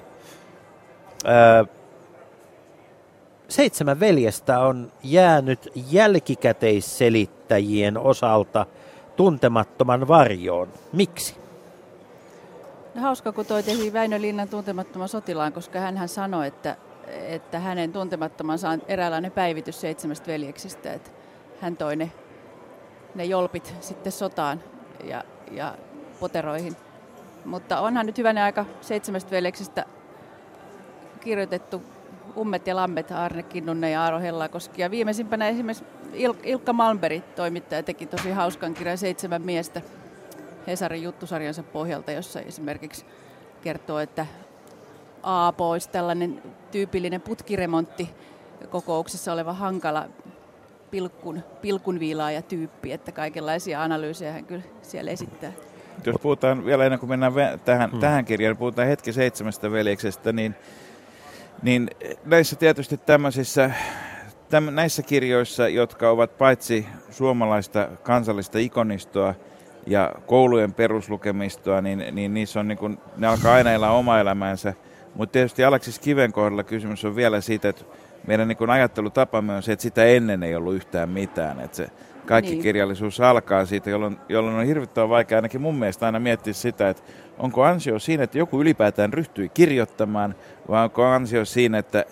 7 veljestä on jäänyt jälkikäteisselittäjien osalta tuntemattoman varjoon. Miksi? No, hauska, kun toi tehtiin Väinö Linnan Tuntemattoman sotilaan, koska hän sanoi, että hänen tuntemattomansa on eräänlainen päivitys 7 veljeksestä. Että hän toi ne jolpit sitten sotaan ja poteroihin. Mutta onhan nyt hyvänen aika 7 veljeksestä kirjoitettu Ummet ja lammet, Arne Kinnunen ja Aaro Hellakoski. Ja viimeisimpänä esimerkiksi Ilkka Malmberg, toimittaja, teki tosi hauskan kirjan 7 miestä Hesarin juttusarjansa pohjalta, jossa esimerkiksi kertoo, että Aapo olisi tällainen tyypillinen putkiremontti kokouksessa oleva hankala pilkunviilaaja tyyppi, että kaikenlaisia analyysejä hän kyllä siellä esittää. Jos puhutaan vielä ennen kuin mennään tähän kirjaan, puhutaan hetki 7 veljeksestä, niin näissä tietysti näissä kirjoissa, jotka ovat paitsi suomalaista kansallista ikonistoa ja koulujen peruslukemistoa, niin niissä on ne alkaa aina elää oma elämäänsä. Mutta tietysti Aleksis Kiven kohdalla kysymys on vielä siitä, että meidän ajattelutapamme on se, että sitä ennen ei ollut yhtään mitään. Että se kaikki kirjallisuus alkaa siitä, jolloin on hirvittävän vaikea ainakin mun mielestä aina miettiä sitä, että onko ansio siinä, että joku ylipäätään ryhtyi kirjoittamaan, vai onko ansio siinä, että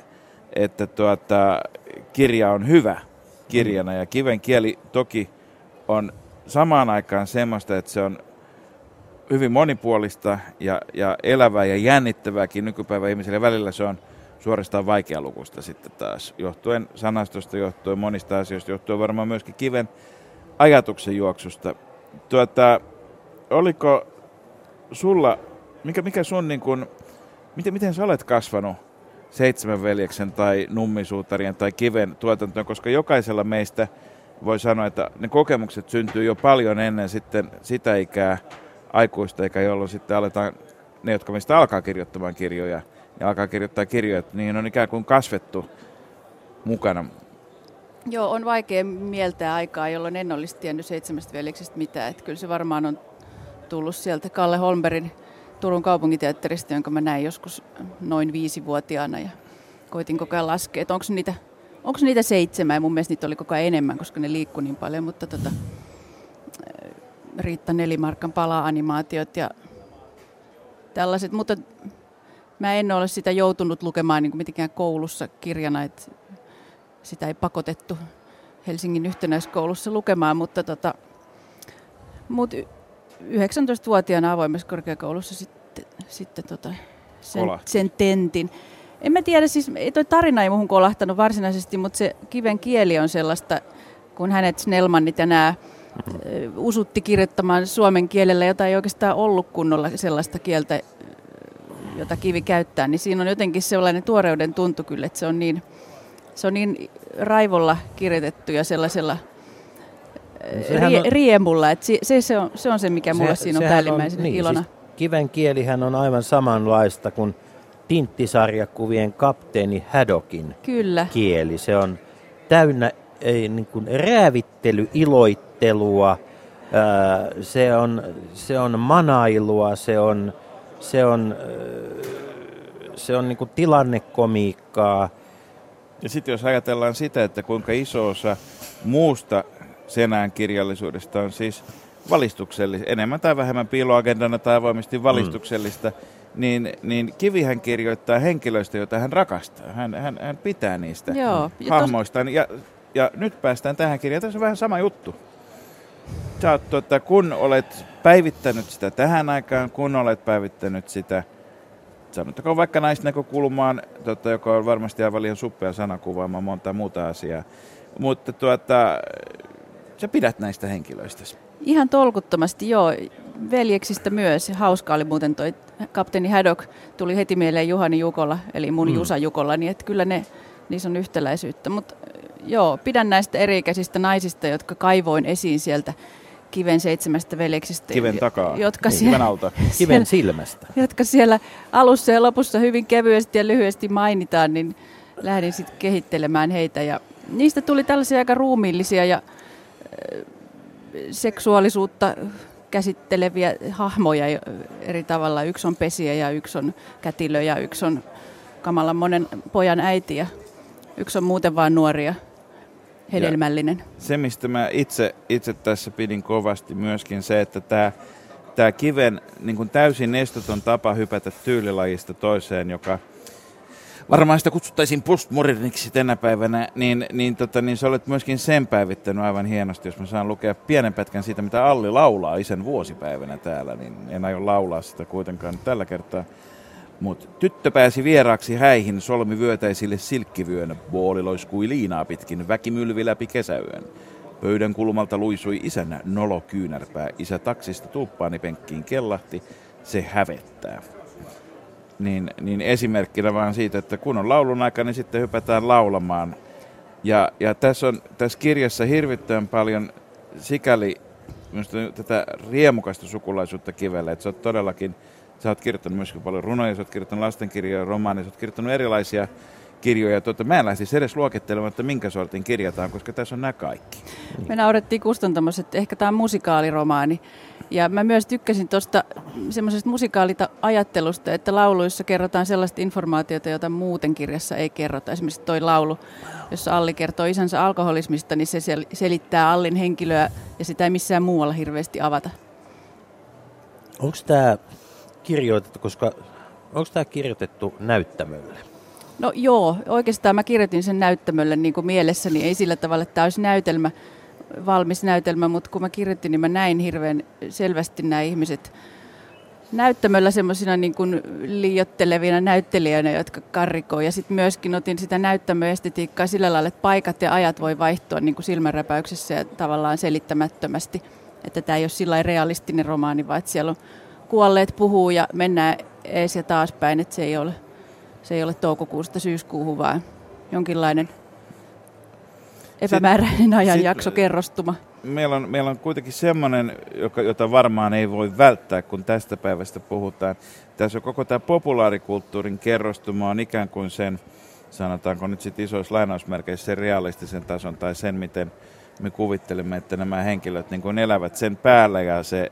kirja on hyvä kirjana. Ja Kiven kieli toki on samaan aikaan semmoista, että se on hyvin monipuolista ja elävää ja jännittävääkin nykypäivän ihmisille. Välillä se on suorastaan vaikealukuista sitten taas, johtuen sanastosta, johtuen monista asioista, johtuen varmaan myöskin Kiven ajatuksen juoksusta. Oliko sulla, mikä sun miten sä olet kasvanut 7 veljeksen tai Nummisuutarien tai Kiven tuotantoon, koska jokaisella meistä voi sanoa, että ne kokemukset syntyy jo paljon ennen sitten sitä ikää, aikuista ikää, jolloin sitten aletaan, ne jotka meistä alkaa kirjoittamaan kirjoja ja alkaa kirjoittaa kirjoja, niin on ikään kuin kasvettu mukana. Joo, on vaikea mieltää aikaa, jolloin en olisi tiennyt 7 veljeksestä mitään. Että kyllä se varmaan on tullut sieltä Kalle Holmbergin Turun kaupunginteatterista, jonka mä näin joskus noin 5-vuotiaana ja koitin koko ajan laskea, että onko niitä 7, ja mun mielestä niitä oli koko ajan enemmän, koska ne liikkui niin paljon, mutta Riitta Nelimarkan pala-animaatiot ja tällaiset, mutta mä en ole sitä joutunut lukemaan niin kuin mitenkään koulussa kirjana, että sitä ei pakotettu Helsingin yhtenäiskoulussa lukemaan, mutta 19-vuotiaana avoimessa korkeakoulussa sitten sen tentin. En mä tiedä, siis toi tarina ei muuhun kolahtanut varsinaisesti, mutta se Kiven kieli on sellaista, kun hänet Snellmanit ja nämä usutti kirjoittamaan suomen kielellä, jota ei oikeastaan ollut kunnolla sellaista kieltä, jota Kivi käyttää, niin siinä on jotenkin sellainen tuoreuden tuntu kyllä, että se on niin raivolla kirjoitettu ja sellaisella riemulla, että se on se, mikä mulle siinä on päällimmäisenä ilona. Siis Kiven kielihän on aivan samanlaista kuin Tintti-sarjakuvien kapteeni Haddockin kieli. Se on täynnä niin kuin räävittely, iloittelua, se on manailua, se on niin kuin tilannekomiikkaa. Ja sitten jos ajatellaan sitä, että kuinka iso osa muusta Senään kirjallisuudesta on siis valistuksellista, enemmän tai vähemmän piiloagendana tai avoimesti valistuksellista, niin Kivihän kirjoittaa henkilöistä, joita hän rakastaa. Hän pitää niistä hahmoistaan. Ja nyt päästään tähän kirjaan. Tässä on vähän sama juttu. Sä oot, kun olet päivittänyt sitä tähän aikaan, kun olet päivittänyt sitä, sanottakoon vaikka naisnäkökulmaan, joka on varmasti aivan liian suppea sana kuvaamaan monta muuta asiaa, mutta sä pidät näistä henkilöistä. Ihan tolkuttomasti, joo. Veljeksistä myös. Hauska oli muuten toi kapteeni Haddock, tuli heti mieleen Juhani Jukola, eli mun Jusa Jukola, niin että kyllä niissä on yhtäläisyyttä. Mutta joo, pidän näistä eri-ikäisistä naisista, jotka kaivoin esiin sieltä Kiven 7 veljeksistä. Kiven takaa, kiven alta. Kiven silmästä. Jotka siellä alussa ja lopussa hyvin kevyesti ja lyhyesti mainitaan, niin lähdin sitten kehittelemään heitä. Ja niistä tuli tällaisia aika ruumiillisia ja seksuaalisuutta käsitteleviä hahmoja eri tavalla. Yksi on pesijä ja yksi on kätilö ja yksi on kamalan monen pojan äiti ja yksi on muuten vaan nuori ja hedelmällinen. Ja se, mistä mä itse tässä pidin kovasti myöskin se, että tämä Kiven niin kuin täysin esteton tapa hypätä tyylilajista toiseen, joka varmaan sitä kutsuttaisiin postmoderniksi tänä päivänä, niin sä olet myöskin sen päivittänyt aivan hienosti. Jos mä saan lukea pienen pätkän siitä, mitä Alli laulaa isän vuosipäivänä täällä, niin en aio laulaa sitä kuitenkaan tällä kertaa. Mut tyttö pääsi vieraaksi häihin solmivyötäisille silkkivyön, booli loiskui liinaa pitkin, väkimylvi läpi kesäyön. Pöydän kulmalta luisui isän nolokyynärpää, isä taksista tulppaani penkkiin kellahti, se hävettää. Niin esimerkkinä vaan siitä, että kun on laulun aika, niin sitten hypätään laulamaan. Ja tässä kirjassa hirvittävän paljon sikäli tätä riemukasta sukulaisuutta Kivelle, että sä oot kirjoittanut myöskin paljon runoja, sä oot kirjoittanut lastenkirjoja, romaaneja, sä oot kirjoittanut erilaisia kirjoja. Mä en lähtisi edes luokittelemaan, että minkä sortin kirjataan, koska tässä on nämä kaikki. Me naurettiin kustantamassa, että ehkä tämä on musikaaliromaani. Ja mä myös tykkäsin tuosta semmoisesta musikaalita ajattelusta, että lauluissa kerrotaan sellaista informaatiota, jota muuten kirjassa ei kerrota. Esimerkiksi toi laulu, jossa Alli kertoo isänsä alkoholismista, niin se selittää Allin henkilöä ja sitä ei missään muualla hirveästi avata. Onko tämä kirjoitettu näyttämölle? No joo, oikeastaan mä kirjoitin sen näyttämölle niin kuin mielessäni, ei sillä tavalla, että tämä olisi valmis näytelmä, mutta kun mä kirjoitin, niin mä näin hirveän selvästi nämä ihmiset näyttämöllä semmoisina niin kuin liioittelevina näyttelijöinä, jotka karrikoi. Ja sitten myöskin otin sitä näyttämöestetiikkaa sillä lailla, että paikat ja ajat voi vaihtua niin kuin silmänräpäyksessä ja tavallaan selittämättömästi. Että tämä ei ole sillä lailla realistinen romaani, vaan että siellä on kuolleet puhuu ja mennään ees ja taaspäin, että se ei ole toukokuusta syyskuuhun, vaan jonkinlainen epämääräinen ajanjakso kerrostuma. Meillä on kuitenkin semmoinen, jota varmaan ei voi välttää, kun tästä päivästä puhutaan. Tässä on koko tämä populaarikulttuurin kerrostuma on ikään kuin sen, sanotaanko nyt sitten isoissa lainausmerkeissä, sen realistisen tason tai sen, miten me kuvittelemme, että nämä henkilöt niin kuin elävät sen päällä ja se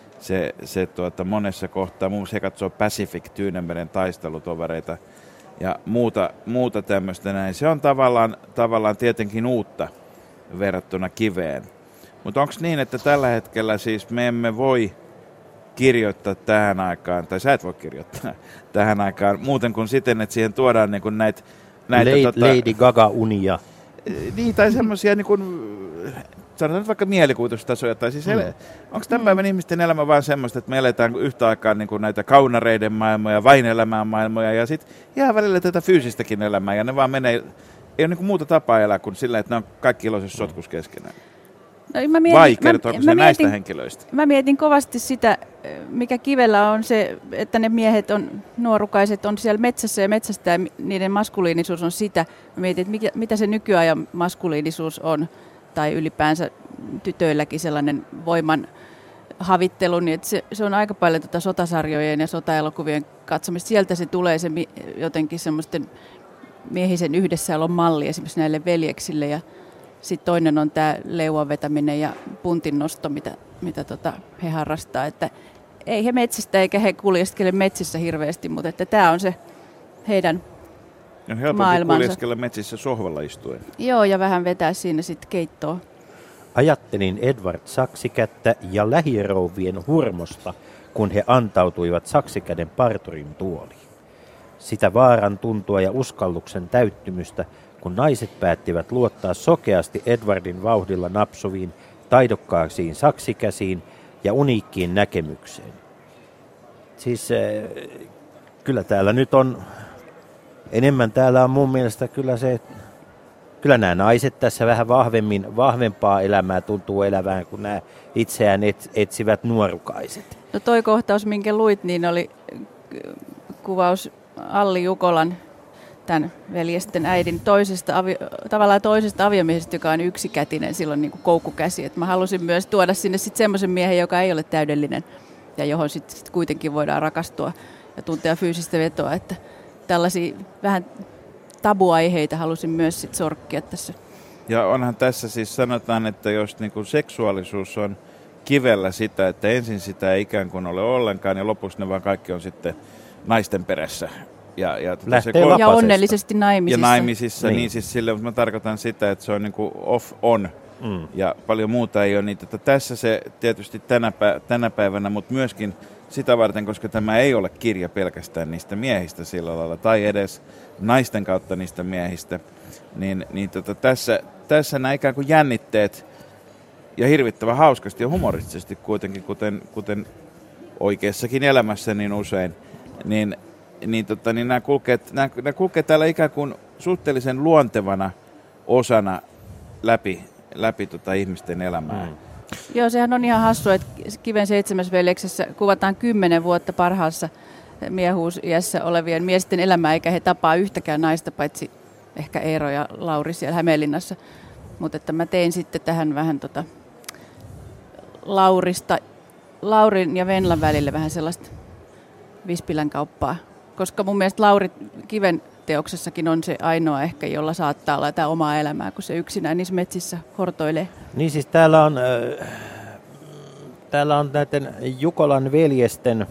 monessa kohtaa, muun muassa he katsoo Pacific Tyynemeren taistelutovereita ja muuta tämmöistä näin. Se on tavallaan tietenkin uutta verrattuna Kiveen. Mutta onko niin, että tällä hetkellä siis me emme voi kirjoittaa tähän aikaan, tai sä et voi kirjoittaa tähän aikaan, muuten kuin siten, että siihen tuodaan niin kuin näitä Lady Gaga-unia. Niin, tai semmoisia niin kuin, sanotaan nyt vaikka mielikuvitustasoja, tai siis onko tämän päivän ihmisten elämä vaan semmoista, että me eletään yhtä aikaa niin kuin näitä kaunareiden maailmoja, vain elämään maailmoja, ja sitten jää välillä tätä fyysistäkin elämää, ja ne vaan menee, ei ole niin kuin muuta tapaa elää kuin sillä, että ne on kaikki iloisessa sotkus keskenään. No, vai kertooko se näistä henkilöistä? Mä mietin kovasti sitä, mikä Kivellä on se, että ne miehet nuorukaiset on siellä metsässä ja metsästä ja niiden maskuliinisuus on sitä. Mä mietin, että mitä se nykyajan maskuliinisuus on, tai ylipäänsä tytöilläkin sellainen voiman havittelu, niin että se on aika paljon sotasarjojen ja sotaelokuvien katsomista. Sieltä se tulee se jotenkin semmoisten miehisen yhdessäolon malli esimerkiksi näille veljeksille ja sitten toinen on tämä leuan vetäminen ja puntin nosto, mitä he harrastaa. Että ei he metsistä eikä he kuljeskele metsissä hirveästi, mutta että tämä on se heidän on helpompi maailmansa. kuljeskella metsissä sohvalla istuen. Joo, ja vähän vetää siinä sitten keittoa. Ajattelin Edward Saksikättä ja lähirouvien hurmosta, kun he antautuivat Saksikäden parturin tuoliin. Sitä vaaran tuntua ja uskalluksen täyttymystä, kun naiset päättivät luottaa sokeasti Edwardin vauhdilla napsuviin, taidokkaisiin saksikäsiin ja uniikkiin näkemykseen. Siis kyllä täällä nyt on, enemmän täällä on mun mielestä kyllä nämä naiset tässä vähän vahvempaa elämää tuntuu elävään kuin nämä itseään etsivät nuorukaiset. No toi kohtaus, minkä luit, niin oli kuvaus Alli Jukolan, tämän veljesten äidin tavallaan toisesta aviomiehestä, joka on yksikätinen, silloin niin kuin koukkukäsi. Et mä halusin myös tuoda sinne sitten semmoisen miehen, joka ei ole täydellinen ja johon sit kuitenkin voidaan rakastua ja tuntea fyysistä vetoa. Että tällaisia vähän tabuaiheita halusin myös sit sorkkia tässä. Ja onhan tässä siis sanotaan, että jos niin kuin seksuaalisuus on kivellä sitä, että ensin sitä ei ikään kuin ole ollenkaan ja lopussa ne vaan kaikki on sitten naisten perässä. Ja onnellisesti naimisissa. Ja naimisissa, niin siis sille, mutta mä tarkoitan sitä, että se on niin kuin off-on ja paljon muuta ei ole. Niin, tässä se tietysti tänä päivänä, mutta myöskin sitä varten, koska tämä ei ole kirja pelkästään niistä miehistä sillä lailla, tai edes naisten kautta niistä miehistä, niin tässä nämä ikään kuin jännitteet ja hirvittävän hauskasti ja humoristisesti kuitenkin, kuten oikeassakin elämässä niin usein, niin nämä kulkee täällä ikään kuin suhteellisen luontevana osana läpi ihmisten elämää. Joo, sehän on ihan hassua, että Kiven 7. veljeksessä kuvataan 10 vuotta parhaassa miehuusiässä olevien miesten elämää, eikä he tapaa yhtäkään naista, paitsi ehkä Eero ja Lauri siellä Hämeenlinnassa. Mutta että mä tein sitten tähän vähän Laurin ja Venlan välille vähän sellaista vispilän kauppaa. Koska mun mielestä Lauri Kiven teoksessakin on se ainoa ehkä, jolla saattaa olla jotain omaa elämää, kun se yksinään niissä metsissä hortoilee. Niin siis täällä on näiden Jukolan veljesten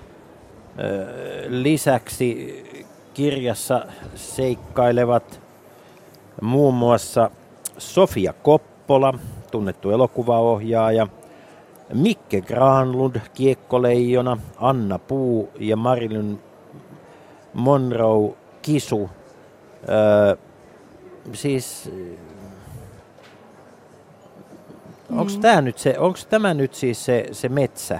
lisäksi kirjassa seikkailevat muun muassa Sofia Koppola, tunnettu elokuvaohjaaja, Mikke Granlund, kiekkoleijona, Anna Puu ja Marilyn Monroe Kisu. Onko tämä nyt siis se metsä,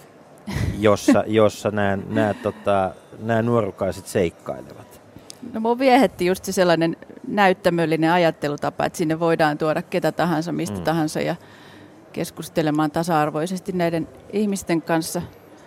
jossa nämä nuorukaiset seikkailevat? No mun viehätti just se sellainen näyttämöllinen ajattelutapa, että sinne voidaan tuoda ketä tahansa, mistä tahansa ja keskustelemaan tasa-arvoisesti näiden ihmisten kanssa.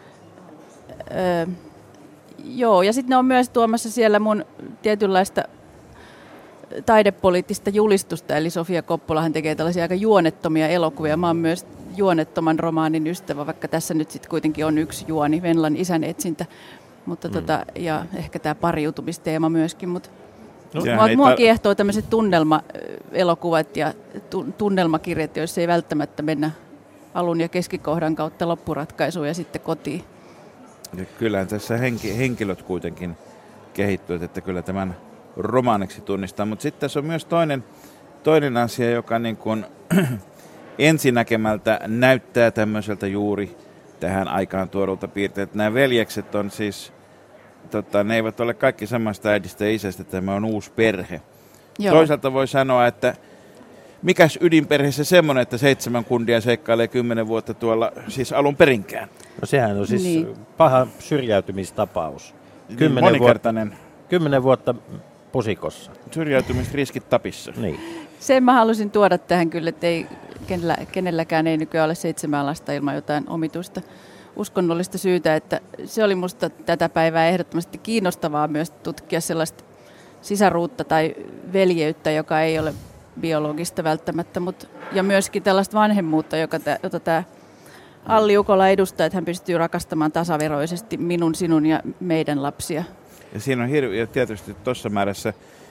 Joo, ja sitten ne on myös tuomassa siellä mun tietynlaista taidepoliittista julistusta, eli Sofia Koppolahan tekee tällaisia aika juonettomia elokuvia. Mä oon myös juonettoman romaanin ystävä, vaikka tässä nyt sitten kuitenkin on yksi juoni, Venlan isän etsintä, mutta ja ehkä tämä pariutumisteema myöskin, mutta mua kiehtoo tämmöiset tunnelmaelokuvat ja tunnelmakirjat, joissa ei välttämättä mennä alun ja keskikohdan kautta loppuratkaisuun ja sitten kotiin. Ja kyllähän tässä henkilöt kuitenkin kehittyvät, että kyllä tämän romaaniksi tunnistaa. Mutta sitten tässä on myös toinen asia, joka niin kuin ensinäkemältä näyttää tämmöiseltä juuri tähän aikaan tuodulta piirteet. Nämä veljekset on siis, ne eivät ole kaikki samasta äidistä ja isästä, tämä on uusi perhe. Joo. Toisaalta voi sanoa, että mikäs ydinperhe se semmoinen, että 7 kundia seikkailee 10 vuotta tuolla, siis alun perinkään. No sehän on siis paha syrjäytymistapaus. Monikertainen. 10 vuotta pusikossa. Syrjäytymisriskit tapissa. Niin. Sen mä halusin tuoda tähän kyllä, että kenelläkään ei nykyään ole 7 lasta ilman jotain omituista uskonnollista syytä. Että se oli musta tätä päivää ehdottomasti kiinnostavaa myös tutkia sellaista sisaruutta tai veljeyttä, joka ei ole biologista välttämättä, ja myöskin tällaista vanhemmuutta, jota tämä Alli Jukola edustaa, että hän pystyy rakastamaan tasaveroisesti minun, sinun ja meidän lapsia. Ja siinä on tietysti tuossa määrässä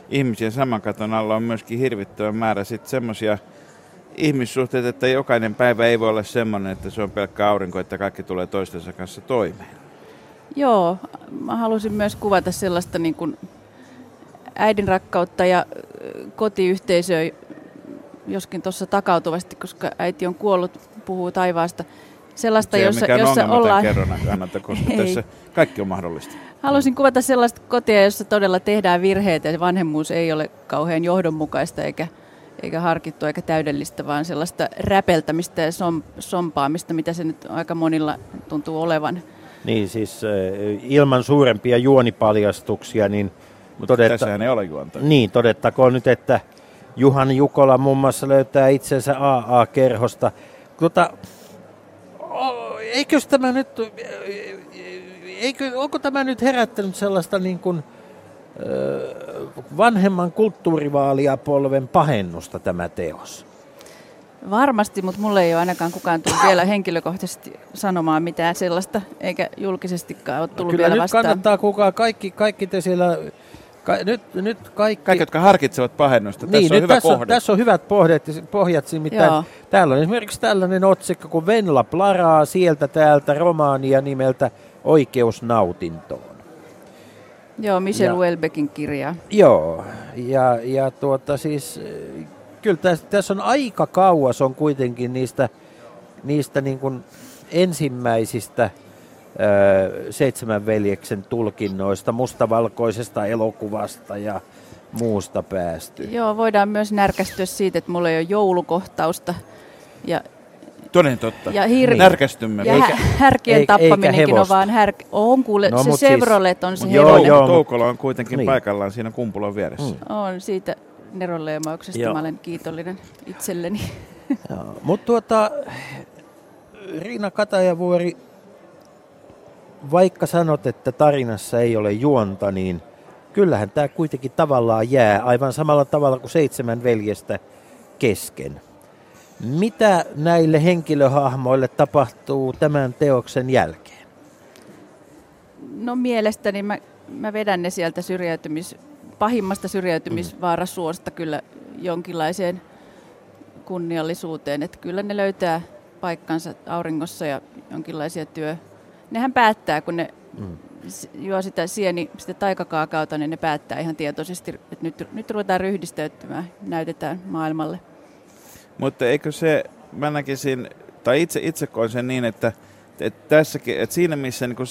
ihmisiä saman katon alla on myöskin hirvittävä määrä sitten semmoisia ihmissuhteita, että jokainen päivä ei voi olla semmoinen, että se on pelkkä aurinko, että kaikki tulee toistensa kanssa toimeen. Joo, mä halusin myös kuvata sellaista niin kuin äidin rakkautta ja kotiyhteisöä, joskin tuossa takautuvasti, koska äiti on kuollut, puhuu taivaasta. Sellaista, jossa ollaan... Kannata, koska tässä kaikki on mahdollista. Halusin kuvata sellaista kotia, jossa todella tehdään virheitä ja vanhemmuus ei ole kauhean johdonmukaista eikä harkittua eikä täydellistä, vaan sellaista räpeltämistä ja sompaamista, mitä se nyt aika monilla tuntuu olevan. Niin siis ilman suurempia juonipaljastuksia, niin tässähän ei ole juonta. Niin, todettakoon nyt, että Juhan Jukola muun muassa löytää itsensä AA-kerhosta. Onko tämä nyt herättänyt sellaista niin kuin, vanhemman kulttuurivaaliapolven pahennusta tämä teos? Varmasti, mutta mulle ei ole ainakaan kukaan tullut vielä henkilökohtaisesti sanomaan mitään sellaista, eikä julkisestikaan ole tullut vielä vastaan. Kyllä nyt kannattaa kaikki te siellä... Nyt kaikki, jotka harkitsevat pahennusta. Niin, tässä on hyvä kohde. Tässä on hyvät pohjat. Täällä on esimerkiksi tällainen otsikko, kun Venla plaraa sieltä täältä romaania nimeltä Oikeus nautintoon. Joo, Michel Houellebecqin kirja. Joo, siis kyllä tässä on aika kauas on kuitenkin niistä niin kuin ensimmäisistä Seitsemän veljeksen tulkinnoista, mustavalkoisesta elokuvasta ja muusta päästy. Joo, voidaan myös närkästyä siitä, että mulla ei ole joulukohtausta. Ja, toden totta. Ja närkästymme. Ja härkien tappaminenkin on vaan on kuule, no, se Chevrolet on se hevonen. Toukola on kuitenkin paikallaan siinä Kumpulan vieressä. On siitä neronleimauksesta, mä olen kiitollinen itselleni. Mutta Riina Katajavuori, vaikka sanot, että tarinassa ei ole juonta, niin kyllähän tämä kuitenkin tavallaan jää aivan samalla tavalla kuin Seitsemän veljestä kesken. Mitä näille henkilöhahmoille tapahtuu tämän teoksen jälkeen? No mielestäni mä vedän ne sieltä pahimmasta syrjäytymisvaarasuosta kyllä jonkinlaiseen kunniallisuuteen. Että kyllä ne löytää paikkansa auringossa ja jonkinlaisia Nehän päättää, kun ne juo sitä taikakaakaota, niin ne päättää ihan tietoisesti, että nyt ruvetaan ryhdistäytymään, näytetään maailmalle. Mutta eikö se, mä näkisin, tai itse koen sen niin, että tässäkin, että siinä missä niin kuin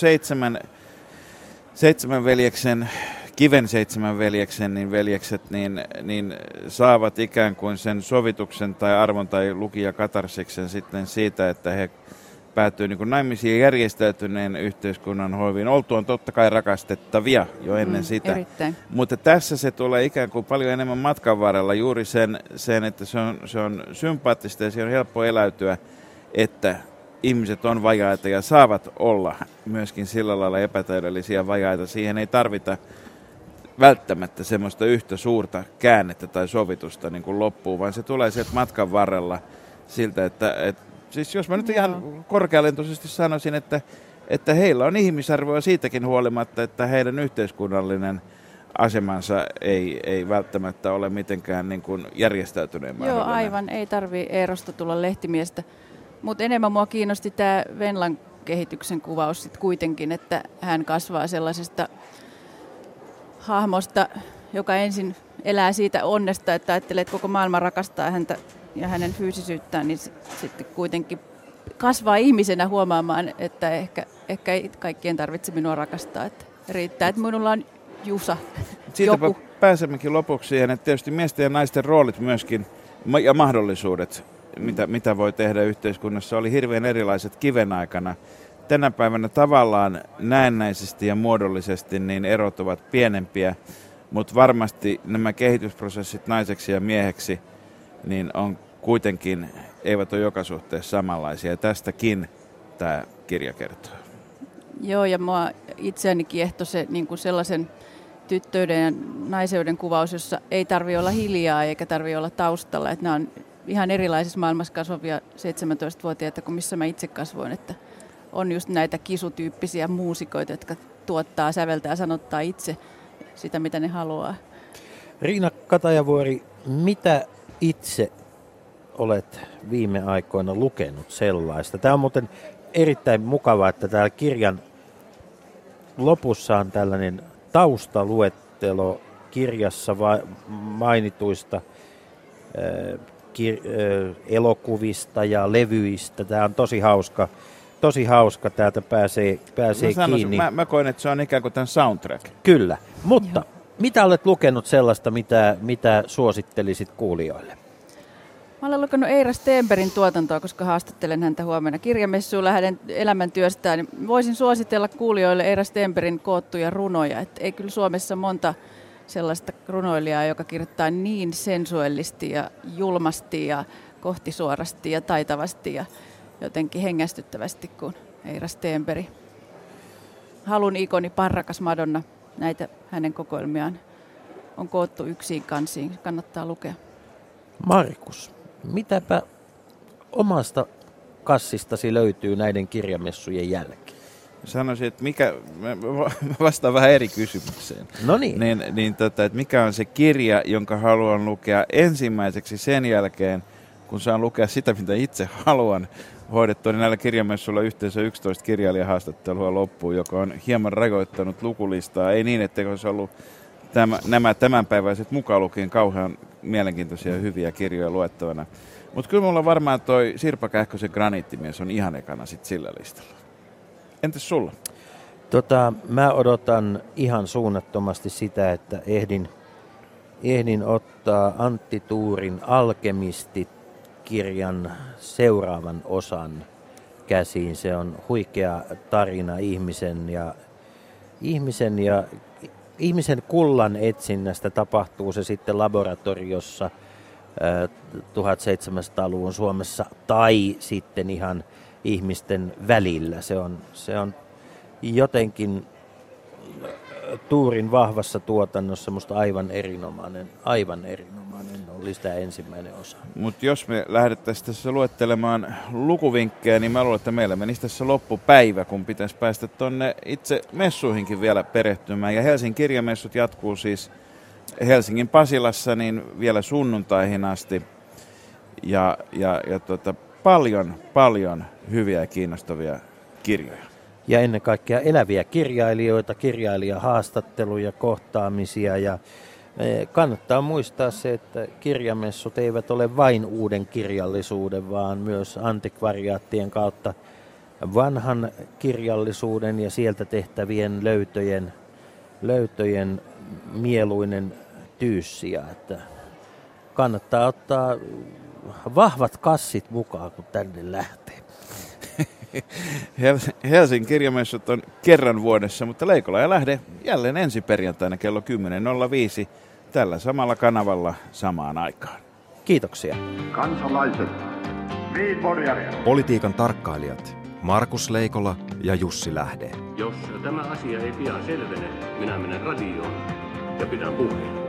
seitsemän veljeksen, Kiven Seitsemän veljeksen, niin veljekset niin saavat ikään kuin sen sovituksen tai arvon tai lukijakatarsiksen sitten siitä, että he päätyy niin kuin naimisiin järjestäytyneen yhteiskunnan hoiviin. Oltuaan totta kai rakastettavia jo ennen sitä. Erittäin. Mutta tässä se tulee ikään kuin paljon enemmän matkan varrella juuri sen että se on sympaattista ja siihen on helppo eläytyä, että ihmiset on vajaita ja saavat olla myöskin sillä lailla epätäydellisiä vajaita. Siihen ei tarvita välttämättä semmoista yhtä suurta käännettä tai sovitusta niin kuin loppuun, vaan se tulee sieltä matkan varrella siltä, että siis jos mä nyt ihan korkealentoisesti sanoisin, että heillä on ihmisarvoa siitäkin huolimatta, että heidän yhteiskunnallinen asemansa ei välttämättä ole mitenkään niin kuin järjestäytyneen mahdollinen. Joo, aivan. Ei tarvitse Eerosta tulla lehtimiestä. Mutta enemmän mua kiinnosti tämä Venlan kehityksen kuvaus sit kuitenkin, että hän kasvaa sellaisesta hahmosta, joka ensin elää siitä onnesta, että ajattelee, että koko maailma rakastaa häntä ja hänen fyysisyyttään, niin sitten kuitenkin kasvaa ihmisenä huomaamaan, että ehkä ei kaikkien tarvitse minua rakastaa. Että riittää, että minulla on Jusa. Siitäpä pääsemmekin lopuksi siihen, että tietysti miesten ja naisten roolit myöskin ja mahdollisuudet, mitä voi tehdä yhteiskunnassa, oli hirveän erilaiset Kiven aikana. Tänä päivänä tavallaan näennäisesti ja muodollisesti niin erot ovat pienempiä, mutta varmasti nämä kehitysprosessit naiseksi ja mieheksi niin on kuitenkin, eivät ole joka suhteessa samanlaisia. Ja tästäkin tämä kirja kertoo. Joo, ja mua itseäni kiehtoi se niin kuin sellaisen tyttöyden ja naiseuden kuvaus, jossa ei tarvitse olla hiljaa eikä tarvitse olla taustalla. Että nämä on ihan erilaisissa maailmassa kasvavia 17-vuotiaita kuin missä mä itse kasvoin. Että on just näitä kisutyyppisiä muusikoita, jotka tuottaa, säveltää ja sanottaa itse sitä, mitä ne haluaa. Riina Katajavuori, mitä itse olet viime aikoina lukenut sellaista? Tämä on muuten erittäin mukavaa, että täällä kirjan lopussa on tällainen taustaluettelo kirjassa mainituista elokuvista ja levyistä. Tämä on tosi hauska. Täältä pääsee kiinni. Mä koen, että se on ikään kuin tämän soundtrack. Kyllä, mutta mitä olet lukenut sellaista, mitä suosittelisit kuulijoille? Mä olen lukenut Eira Stenbergin tuotantoa, koska haastattelen häntä huomenna kirjamessuilla hänen elämäntyöstään. Voisin suositella kuulijoille Eira Stenbergin koottuja runoja. Et ei kyllä Suomessa monta sellaista runoilijaa, joka kirjoittaa niin sensuellisti ja julmasti ja kohtisuorasti ja taitavasti ja jotenkin hengästyttävästi kuin Eira Stenberg. Halun ikoni, Parrakas Madonna, näitä hänen kokoelmiaan on koottu yksiin kansiin. Kannattaa lukea. Markus, mitäpä omasta kassistasi löytyy näiden kirjamessujen jälkeen? Sanoisin, että mä vastaan vähän eri kysymykseen. No niin. Että mikä on se kirja, jonka haluan lukea ensimmäiseksi sen jälkeen, kun saan lukea sitä, mitä itse haluan hoidettua, niin näillä kirjamessuilla yhteensä 11 kirjailijahaastattelua loppuun, joka on hieman rajoittanut lukulistaa. Ei niin, etteikö olisi ollut nämä tämänpäiväiset mukaan lukien kauhean mielenkiintoisia ja hyviä kirjoja luettavana. Mutta kyllä mulla varmaan toi Sirpa Kähkösen Graniittimies on ihan ekana sit sillä listalla. Entäs sulla? Mä odotan ihan suunnattomasti sitä, että ehdin ottaa Antti Tuurin Alkemistit-kirjan seuraavan osan käsiin. Se on huikea tarina ihmisen kullan etsinnästä, tapahtuu se sitten laboratoriossa 1700-luvun Suomessa tai sitten ihan ihmisten välillä. Se on jotenkin Tuurin vahvassa tuotannossa musta aivan erinomainen oli sitä ensimmäinen osa. Mutta jos me lähdettäisiin tässä luettelemaan lukuvinkkejä, niin mä luulen, että meillä menisi tässä loppupäivä, kun pitäisi päästä tonne itse messuihinkin vielä perehtymään. Ja Helsingin kirjamessut jatkuu siis Helsingin Pasilassa niin vielä sunnuntaihin asti. Ja paljon hyviä ja kiinnostavia kirjoja. Ja ennen kaikkea eläviä kirjailijoita, kirjailijahaastatteluja, kohtaamisia ja kannattaa muistaa se, että kirjamessut eivät ole vain uuden kirjallisuuden, vaan myös antikvariaattien kautta vanhan kirjallisuuden ja sieltä tehtävien löytöjen mieluinen tyyssiä. Että kannattaa ottaa vahvat kassit mukaan, kun tänne lähtee. Helsingin kirjamessut on kerran vuodessa, mutta Leikola ja Lähde jälleen ensi perjantaina kello 10.05 tällä samalla kanavalla samaan aikaan. Kiitoksia. Kansalaiset, Politiikan tarkkailijat Markus Leikola ja Jussi Lähde. Jos tämä asia ei pian selvene, minä menen radioon ja pidän puheen.